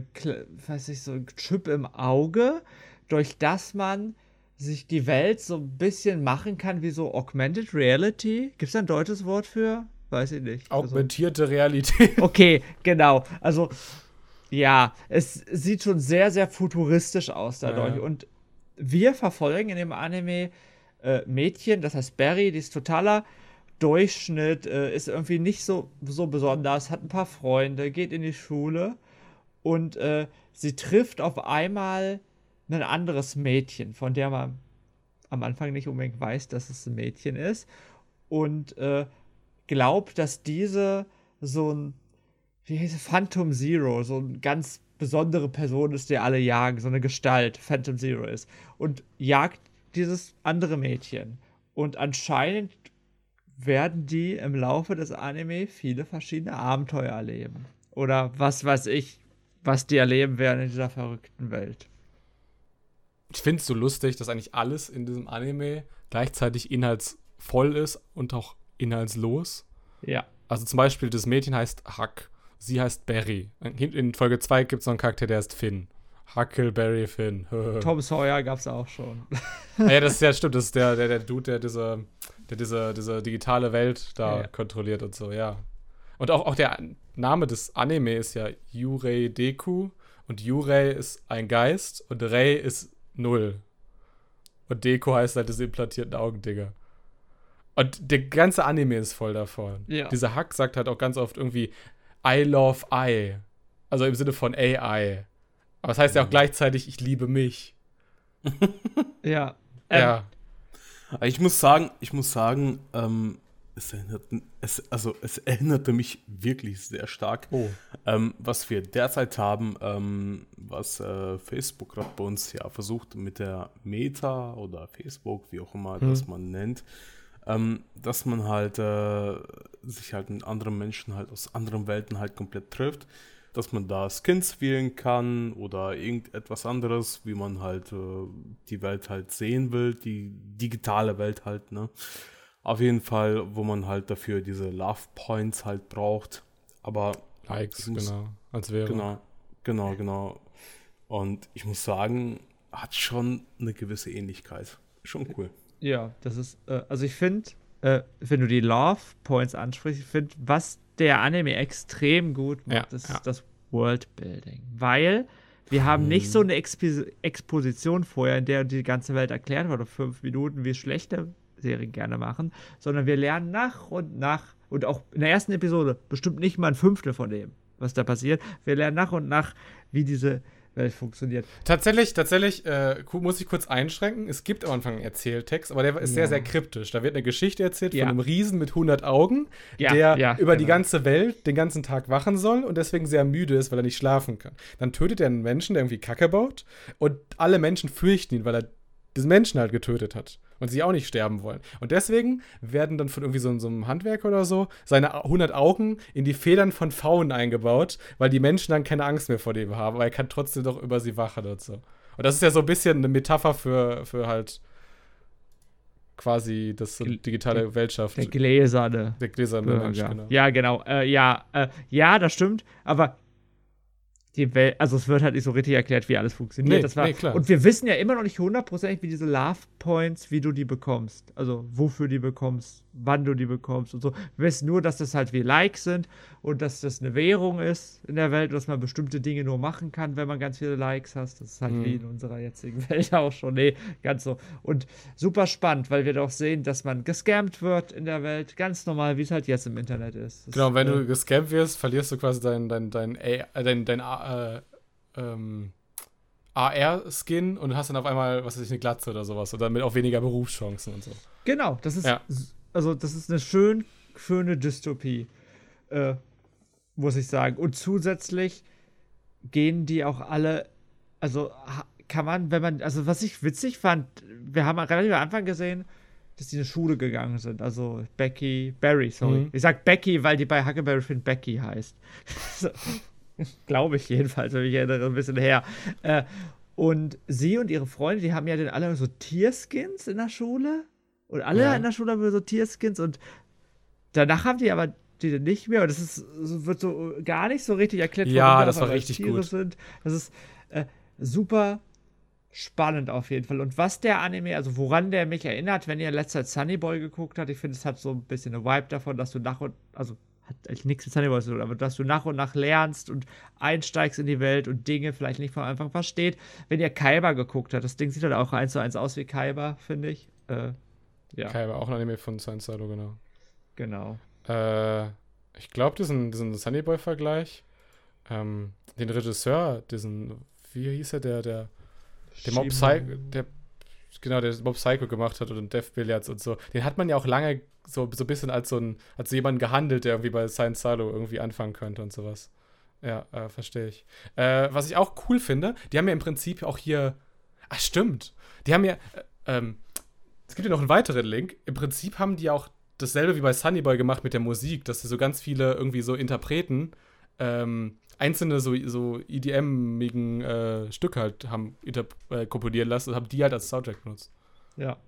Chip im Auge, durch das man sich die Welt so ein bisschen machen kann wie so Augmented Reality. Gibt es da ein deutsches Wort für? Weiß ich nicht. Augmentierte Realität. Okay, genau. Also ja, es sieht schon sehr, sehr futuristisch aus dadurch. Ja. Und wir verfolgen in dem Anime Mädchen, das heißt Barry, die ist totaler Durchschnitt, ist irgendwie nicht so besonders, hat ein paar Freunde, geht in die Schule und sie trifft auf einmal ein anderes Mädchen, von der man am Anfang nicht unbedingt weiß, dass es ein Mädchen ist und glaubt, dass diese so ein wie heißt es? Phantom Zero, so eine ganz besondere Person ist, der alle jagen, so eine Gestalt, Phantom Zero ist. Und jagt dieses andere Mädchen. Und anscheinend werden die im Laufe des Anime viele verschiedene Abenteuer erleben. Oder was weiß ich, was die erleben werden in dieser verrückten Welt. Ich finde es so lustig, dass eigentlich alles in diesem Anime gleichzeitig inhaltsvoll ist und auch inhaltslos. Ja. Also zum Beispiel, das Mädchen heißt Huck. Sie heißt Barry. In Folge 2 gibt es noch einen Charakter, der heißt Finn. Huckleberry Finn. Tom Sawyer gab's auch schon. Ja, das ist ja stimmt. Das ist der Dude, der diese digitale Welt da kontrolliert und so, ja. Und auch der Name des Anime ist ja Yurei Deku. Und Yurei ist ein Geist und Rei ist 0. Und Deku heißt halt diese implantierten Augendinger. Und der ganze Anime ist voll davon. Ja. Dieser Huck sagt halt auch ganz oft irgendwie I love I. Also im Sinne von AI. Aber es heißt ja auch gleichzeitig, ich liebe mich. Ja. Ja. Ich muss sagen, es erinnerte mich wirklich sehr stark, was wir derzeit haben, was Facebook gerade bei uns ja versucht mit der Meta oder Facebook, wie auch immer das man nennt, dass man halt sich halt mit anderen Menschen halt aus anderen Welten halt komplett trifft, dass man da Skins wählen kann oder irgendetwas anderes, wie man halt die Welt halt sehen will, die digitale Welt halt, ne? Auf jeden Fall, wo man halt dafür diese Love Points halt braucht, aber Likes, genau, als Währung. Genau. Und ich muss sagen, hat schon eine gewisse Ähnlichkeit. Schon cool. Ja, das ist, also ich finde, wenn du die Love Points ansprichst, ich finde, was der Anime extrem gut macht, ist das Worldbuilding. Weil wir haben nicht so eine Exposition vorher, in der die ganze Welt erklärt wird, auf 5 Minuten, wie schlechte Serien gerne machen, sondern wir lernen nach und auch in der ersten Episode bestimmt nicht mal ein Fünftel von dem, was da passiert. Wir lernen nach und nach, wie diese Welt funktioniert. Tatsächlich, muss ich kurz einschränken. Es gibt am Anfang einen Erzähltext, aber der ist sehr, sehr kryptisch. Da wird eine Geschichte erzählt von einem Riesen mit 100 Augen, der über die ganze Welt den ganzen Tag wachen soll und deswegen sehr müde ist, weil er nicht schlafen kann. Dann tötet er einen Menschen, der irgendwie Kacke baut und alle Menschen fürchten ihn, weil er diesen Menschen halt getötet hat und sie auch nicht sterben wollen. Und deswegen werden dann von irgendwie so einem Handwerker oder so seine 100 Augen in die Federn von Pfauen eingebaut, weil die Menschen dann keine Angst mehr vor dem haben, aber er kann trotzdem doch über sie wachen und so. Und das ist ja so ein bisschen eine Metapher für halt quasi das digitale Weltschaft. Der gläserne Mensch, genau. Ja, genau. Ja, das stimmt, aber die Welt, also es wird halt nicht so richtig erklärt, wie alles funktioniert. Klar. Und wir wissen ja immer noch nicht 100%, wie diese Love Points, wie du die bekommst. Also wofür die bekommst, wann du die bekommst und so. Wir wissen nur, dass das halt wie Likes sind und dass das eine Währung ist in der Welt, dass man bestimmte Dinge nur machen kann, wenn man ganz viele Likes hat. Das ist halt wie in unserer jetzigen Welt auch schon. Nee, ganz so. Und super spannend, weil wir doch sehen, dass man gescammt wird in der Welt. Ganz normal, wie es halt jetzt im Internet ist. Genau, wenn du gescammt wirst, verlierst du quasi dein AR-Skin und hast dann auf einmal, was weiß ich, eine Glatze oder sowas und damit auch weniger Berufschancen und so. Genau, das ist das ist eine schöne Dystopie, muss ich sagen. Und zusätzlich gehen die auch alle, also kann man, also was ich witzig fand, wir haben relativ am Anfang gesehen, dass die in eine Schule gegangen sind. Also Barry. Ich sag Becky, weil die bei Huckleberry Finn Becky heißt. Glaube ich jedenfalls, wenn ich erinnere, ein bisschen her. Und sie und ihre Freunde, die haben ja dann alle so Tierskins in der Schule. Und alle in der Schule haben so Tierskins. Und danach haben die aber die dann nicht mehr. Und das wird so gar nicht so richtig erklärt, warum das war richtig Tiere gut. sind. Das ist super spannend auf jeden Fall. Und was der Anime, also woran der mich erinnert, wenn ihr letzter Zeit Sunny Boy geguckt habt, ich finde, es hat so ein bisschen eine Vibe davon, dass du hat eigentlich nichts mit Sunny Boy zu tun, aber dass du nach und nach lernst und einsteigst in die Welt und Dinge vielleicht nicht von Anfang versteht. Wenn ihr Kaiba geguckt habt, das Ding sieht halt auch 1:1 aus wie Kaiba, finde ich. Kaiba, auch ein Anime von Science Salo, genau. Genau. Ich glaube, diesen Sunny Boy-Vergleich, den Regisseur, wie hieß er, der Mob Psycho, der Mob Psycho gemacht hat und Death Billiards und so, den hat man ja auch lange so ein bisschen als jemand gehandelt, der irgendwie bei Science Salo irgendwie anfangen könnte und sowas. Ja, verstehe ich. Was ich auch cool finde, die haben ja im Prinzip auch hier, stimmt, die haben ja, es gibt ja noch einen weiteren Link, im Prinzip haben die auch dasselbe wie bei Sunny Boy gemacht mit der Musik, dass sie so ganz viele irgendwie so Interpreten, einzelne so EDM-migen Stücke halt haben komponieren lassen und haben die halt als Soundtrack benutzt. Ja.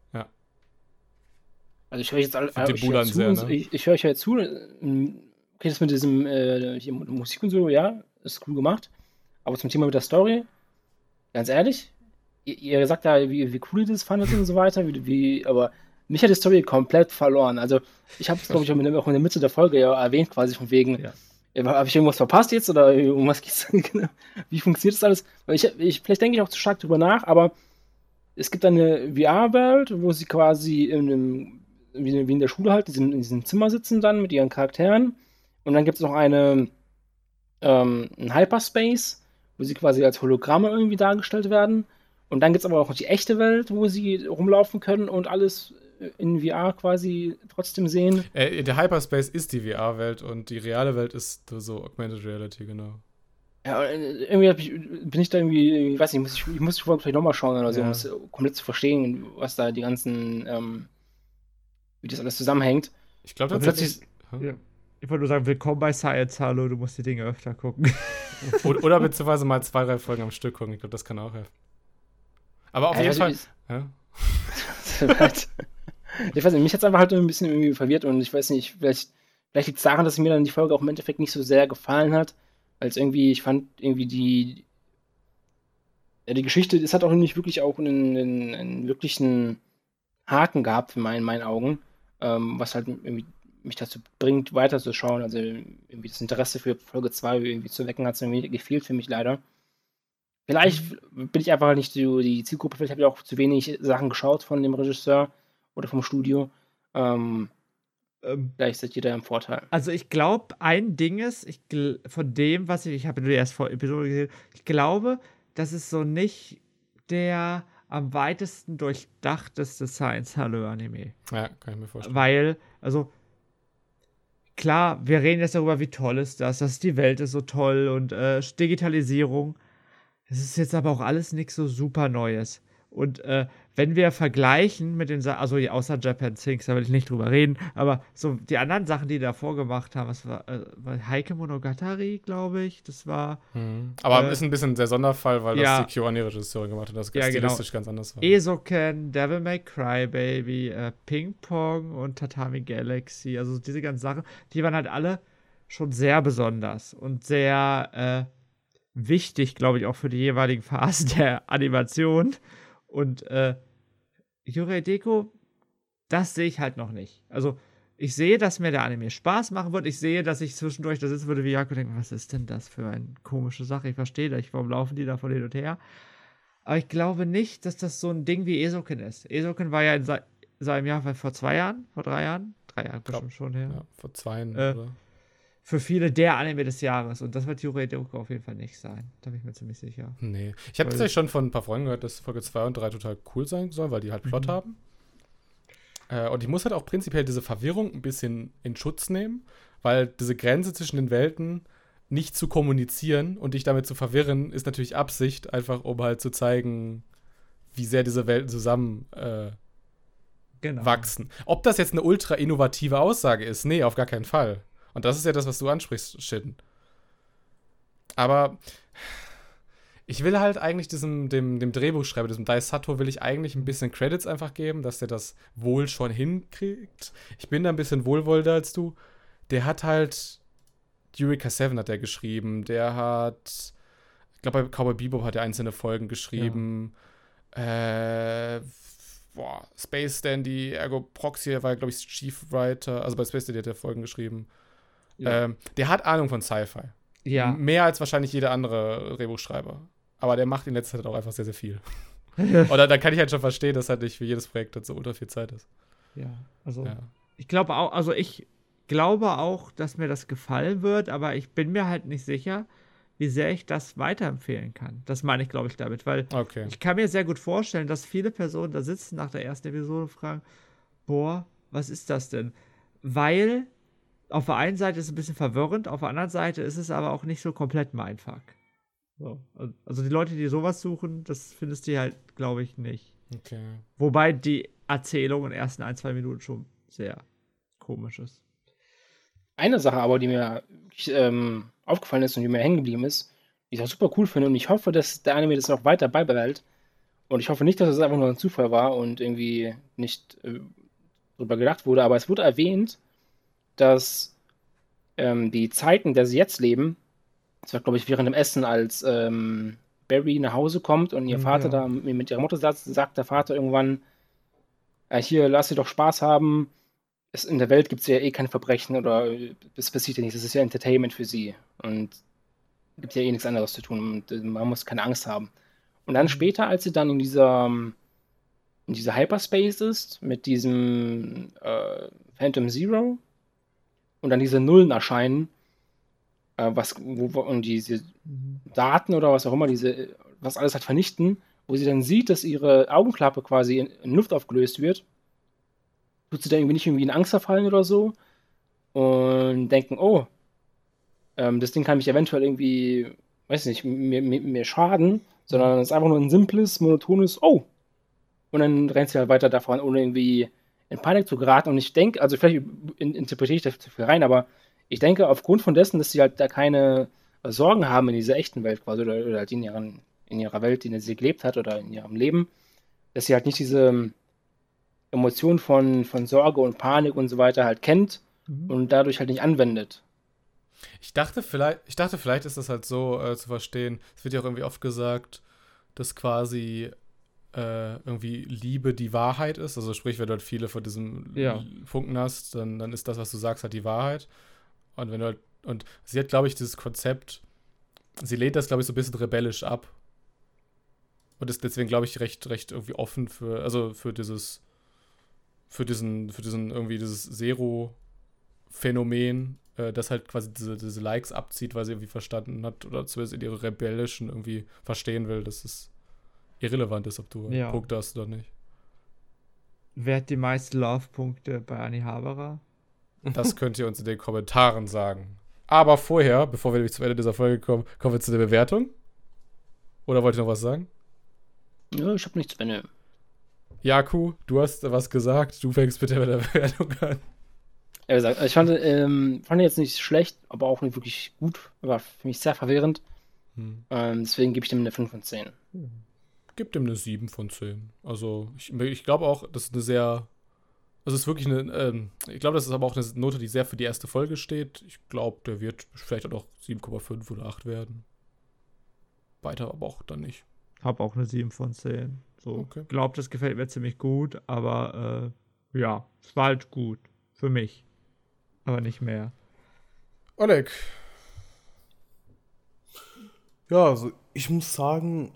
Also ich höre jetzt alle, ich höre euch ja jetzt zu. Okay, das mit diesem hier Musik und so, ja, ist cool gemacht. Aber zum Thema mit der Story, ganz ehrlich, ihr sagt ja, wie cool ihr das fandet und so weiter, aber mich hat die Story komplett verloren. Also ich habe es, glaube ich, auch in der Mitte der Folge ja erwähnt, quasi von wegen, habe ich irgendwas verpasst jetzt oder um was geht's denn? Wie funktioniert das alles? Vielleicht denke ich auch zu stark drüber nach, aber es gibt eine VR-Welt, wo sie quasi wie in der Schule halt, in diesem Zimmer sitzen dann mit ihren Charakteren. Und dann gibt es noch einen Hyperspace, wo sie quasi als Hologramme irgendwie dargestellt werden. Und dann gibt es aber auch noch die echte Welt, wo sie rumlaufen können und alles in VR quasi trotzdem sehen. Der Hyperspace ist die VR-Welt und die reale Welt ist so Augmented Reality, genau. Ja, irgendwie bin ich da irgendwie, ich weiß nicht, ich muss die Folge vielleicht nochmal schauen oder so, um es komplett zu verstehen, was da die ganzen, wie das alles zusammenhängt. Ich glaube tatsächlich. Ich wollte nur sagen, willkommen bei Science Hallo, du musst die Dinge öfter gucken. oder beziehungsweise mal 2, 3 Folgen am Stück gucken, ich glaube, das kann auch helfen. Aber auf jeden Fall. Ich weiß nicht, mich hat es einfach halt ein bisschen irgendwie verwirrt und ich weiß nicht, vielleicht liegt es daran, dass mir dann die Folge auch im Endeffekt nicht so sehr gefallen hat, als irgendwie, ich fand irgendwie die Geschichte, es hat auch nicht wirklich auch einen wirklichen Haken gehabt in meinen Augen, was halt irgendwie mich dazu bringt, weiterzuschauen, also irgendwie das Interesse für Folge 2 irgendwie zu wecken, hat es irgendwie gefehlt für mich leider. Vielleicht bin ich einfach nicht so die Zielgruppe, vielleicht habe ich auch zu wenig Sachen geschaut von dem Regisseur oder vom Studio. Da ist jetzt jeder im Vorteil. Also ich glaube, ein Ding ist, von dem, was ich habe nur die erste Episode gesehen, ich glaube, das ist so nicht der am weitesten durchdachteste Science-Hallo-Anime. Ja, kann ich mir vorstellen. Weil, also, klar, wir reden jetzt darüber, wie toll ist das, dass die Welt ist so toll und Digitalisierung. Es ist jetzt aber auch alles nichts so super Neues. Und wenn wir vergleichen mit den Sachen, also außer Japan Sinks, da will ich nicht drüber reden, aber so die anderen Sachen, die davor gemacht haben, was war Heike Monogatari, glaube ich, das war Aber ist ein bisschen der Sonderfall, weil ja. das die KyoAni-Regisseurin gemacht hat, das Ja, stilistisch ganz anders war. Esoken, Devil May Cry Baby, Ping Pong und Tatami Galaxy, also diese ganzen Sachen, die waren halt alle schon sehr besonders und sehr wichtig, glaube ich, auch für die jeweiligen Phasen der Animation. Und Yurei Deko, das sehe ich halt noch nicht. Also, ich sehe, dass mir der Anime Spaß machen wird. Ich sehe, dass ich zwischendurch da sitzen würde wie Jakob und denke, was ist denn das für eine komische Sache? Ich verstehe nicht, warum laufen die da von hin und her? Aber ich glaube nicht, dass das so ein Ding wie Esoken ist. Esoken war ja in seinem Jahr vor 2 Jahren, vor 3 Jahren? 3 Jahre bestimmt schon her. Ja, vor 2 oder? Für viele der Anime des Jahres. Und das wird Yurei Deko auf jeden Fall nicht sein. Da bin ich mir ziemlich sicher. Nee. Ich habe tatsächlich schon von ein paar Freunden gehört, dass Folge 2 und 3 total cool sein sollen, weil die halt Plot haben. Und ich muss halt auch prinzipiell diese Verwirrung ein bisschen in Schutz nehmen, weil diese Grenze zwischen den Welten nicht zu kommunizieren und dich damit zu verwirren, ist natürlich Absicht, einfach um halt zu zeigen, wie sehr diese Welten zusammen wachsen. Ob das jetzt eine ultra innovative Aussage ist, nee, auf gar keinen Fall. Und das ist ja das, was du ansprichst, Shin. Aber ich will halt eigentlich dem Drehbuchschreiber, diesem Dai Sato, will ich eigentlich ein bisschen Credits einfach geben, dass der das wohl schon hinkriegt. Ich bin da ein bisschen wohlwollender als du. Der hat halt Eureka 7 hat er geschrieben. Der hat, ich glaube, bei Cowboy Bebop hat er einzelne Folgen geschrieben. Ja. Space Dandy, Ergo Proxy war, glaube ich, Chief Writer. Also bei Space Dandy hat er Folgen geschrieben. Ja. Der hat Ahnung von Sci-Fi. Ja. Mehr als wahrscheinlich jeder andere Drehbuchschreiber. Aber der macht in letzter Zeit auch einfach sehr, sehr viel. Oder da kann ich halt schon verstehen, dass halt nicht für jedes Projekt so ultra viel Zeit ist. Ja, also ich glaube auch, dass mir das gefallen wird, aber ich bin mir halt nicht sicher, wie sehr ich das weiterempfehlen kann. Das meine ich, glaube ich, damit, weil ich kann mir sehr gut vorstellen, dass viele Personen da sitzen nach der ersten Episode und fragen, boah, was ist das denn? Weil auf der einen Seite ist es ein bisschen verwirrend, auf der anderen Seite ist es aber auch nicht so komplett Mindfuck. So. Also die Leute, die sowas suchen, das findest du halt, glaube ich, nicht. Okay. Wobei die Erzählung in den ersten 1-2 Minuten schon sehr komisch ist. Eine Sache aber, die mir aufgefallen ist und die mir hängen geblieben ist, die ich auch super cool finde und ich hoffe, dass der Anime das auch weiter beibehält. Und ich hoffe nicht, dass es einfach nur ein Zufall war und irgendwie nicht drüber gedacht wurde, aber es wurde erwähnt, dass die Zeiten, in der sie jetzt leben, das war, glaube ich, während dem Essen, als Barry nach Hause kommt und ihr Vater da mit ihrer Mutter sagt der Vater irgendwann, hier, lass sie doch Spaß haben. In der Welt gibt es ja eh kein Verbrechen oder es passiert ja nichts. Das ist ja Entertainment für sie. Und es gibt ja eh nichts anderes zu tun. Und man muss keine Angst haben. Und dann später, als sie dann in dieser Hyperspace ist, mit diesem Phantom Zero und dann diese Nullen erscheinen, und diese Daten oder was auch immer, was alles halt vernichten, wo sie dann sieht, dass ihre Augenklappe quasi in Luft aufgelöst wird, tut sie da irgendwie nicht in Angst verfallen oder so und denken, oh, das Ding kann mich eventuell irgendwie, weiß nicht, mir schaden, sondern es ist einfach nur ein simples, monotones Oh. Und dann rennt sie halt weiter davon, ohne irgendwie in Panik zu geraten. Und ich denke, also vielleicht interpretiere ich das zu viel rein, aber ich denke, aufgrund von dessen, dass sie halt da keine Sorgen haben in dieser echten Welt quasi oder halt in ihrer Welt, in der sie gelebt hat oder in ihrem Leben, dass sie halt nicht diese Emotionen von Sorge und Panik und so weiter halt kennt und dadurch halt nicht anwendet. Ich dachte, vielleicht ist das halt so zu verstehen. Es wird ja auch irgendwie oft gesagt, dass quasi irgendwie Liebe die Wahrheit ist. Also sprich, wenn du halt viele von diesem Funken hast, dann ist das, was du sagst, halt die Wahrheit. Und wenn du halt, und sie hat, glaube ich, dieses Konzept, sie lehnt das, glaube ich, so ein bisschen rebellisch ab. Und ist deswegen, glaube ich, recht irgendwie offen für diesen irgendwie dieses Zero, Phänomen, das halt quasi diese Likes abzieht, weil sie irgendwie verstanden hat oder zumindest in ihre rebellischen irgendwie verstehen will, dass es irrelevant ist, ob du Punkte hast oder nicht. Wer hat die meisten Love-Punkte bei Annie Haberer? Das könnt ihr uns in den Kommentaren sagen. Aber vorher, bevor wir nämlich zum Ende dieser Folge kommen, kommen wir zu der Bewertung. Oder wollt ihr noch was sagen? Nö, ich habe nichts mehr. Nö. Jaku, du hast was gesagt. Du fängst bitte mit der Bewertung an. Ja, wie gesagt, ich fand jetzt nicht schlecht, aber auch nicht wirklich gut. War für mich sehr verwirrend. Deswegen gebe ich dem eine 5 von 10. Gib dem eine 7 von 10. Also, ich glaube auch, das ist eine sehr. Also, es ist wirklich eine. Ich glaube, das ist aber auch eine Note, die sehr für die erste Folge steht. Ich glaube, der wird vielleicht auch noch 7,5 oder 8 werden. Weiter aber auch dann nicht. Hab auch eine 7 von 10. So, Okay. Glaub, das gefällt mir ziemlich gut, aber ja, es war halt gut. Für mich. Aber nicht mehr. Oleg. Ja, also ich muss sagen,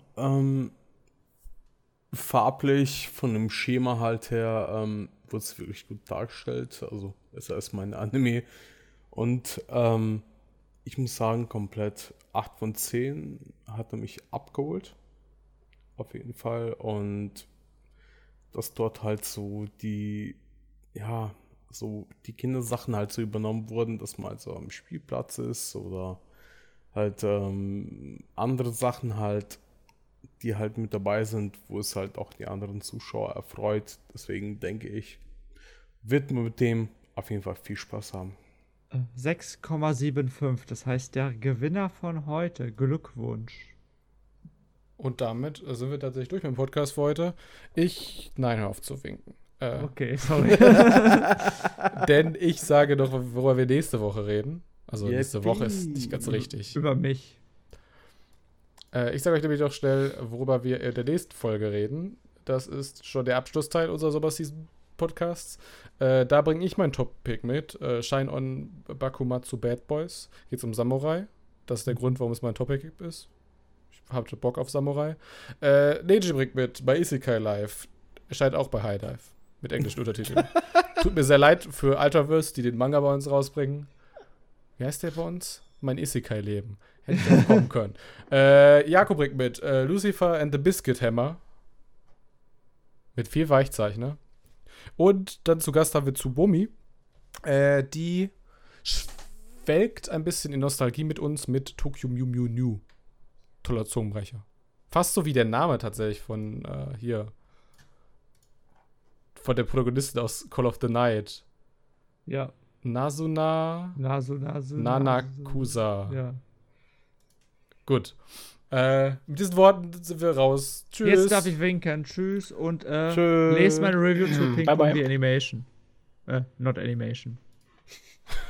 farblich von dem Schema halt her wurde es wirklich gut dargestellt. Also besser als mein Anime. Und ich muss sagen, komplett 8 von 10 hat er mich abgeholt. Auf jeden Fall. Und dass dort halt so die Kindersachen halt so übernommen wurden, dass man halt so am Spielplatz ist oder halt andere Sachen halt, die halt mit dabei sind, wo es halt auch die anderen Zuschauer erfreut. Deswegen denke ich, wird man mit dem auf jeden Fall viel Spaß haben. 6,75. Das heißt, der Gewinner von heute. Glückwunsch. Und damit sind wir tatsächlich durch mit dem Podcast für heute. Nein, hör auf zu winken. Okay, sorry. Denn ich sage noch, worüber wir nächste Woche reden. Also nächste Woche ist nicht ganz richtig. Über mich. Ich sage euch nämlich noch schnell, worüber wir in der nächsten Folge reden. Das ist schon der Abschlussteil unserer Sommerseason-Podcasts. Da bringe ich meinen Top-Pick mit. Shine on Bakumatsu Bad Boys. Geht um Samurai. Das ist der Grund, warum es mein Top-Pick ist. Ich habe Bock auf Samurai. Neji bringt mit bei Isekai Live. Erscheint auch bei High Dive. Mit englischen Untertiteln. Tut mir sehr leid für Ultraverse, die den Manga bei uns rausbringen. Wie heißt der bei uns? Mein Isekai-Leben. Hätte ich auch kommen können. Jakob bringt mit Lucifer and the Biscuit Hammer. Mit viel Weichzeichner. Und dann zu Gast haben wir Tsubomi. Die schwelgt ein bisschen in Nostalgie mit uns mit Tokyo Mew Mew New. Toller Zungenbrecher. Fast so wie der Name tatsächlich von von der Protagonistin aus Call of the Night. Ja. Nanakusa. Ja. Gut. Mit diesen Worten sind wir raus. Tschüss. Jetzt darf ich winken. Tschüss und Tschüss. lest meine Review zu Pink Bye, bye. Movie Animation. Not Animation.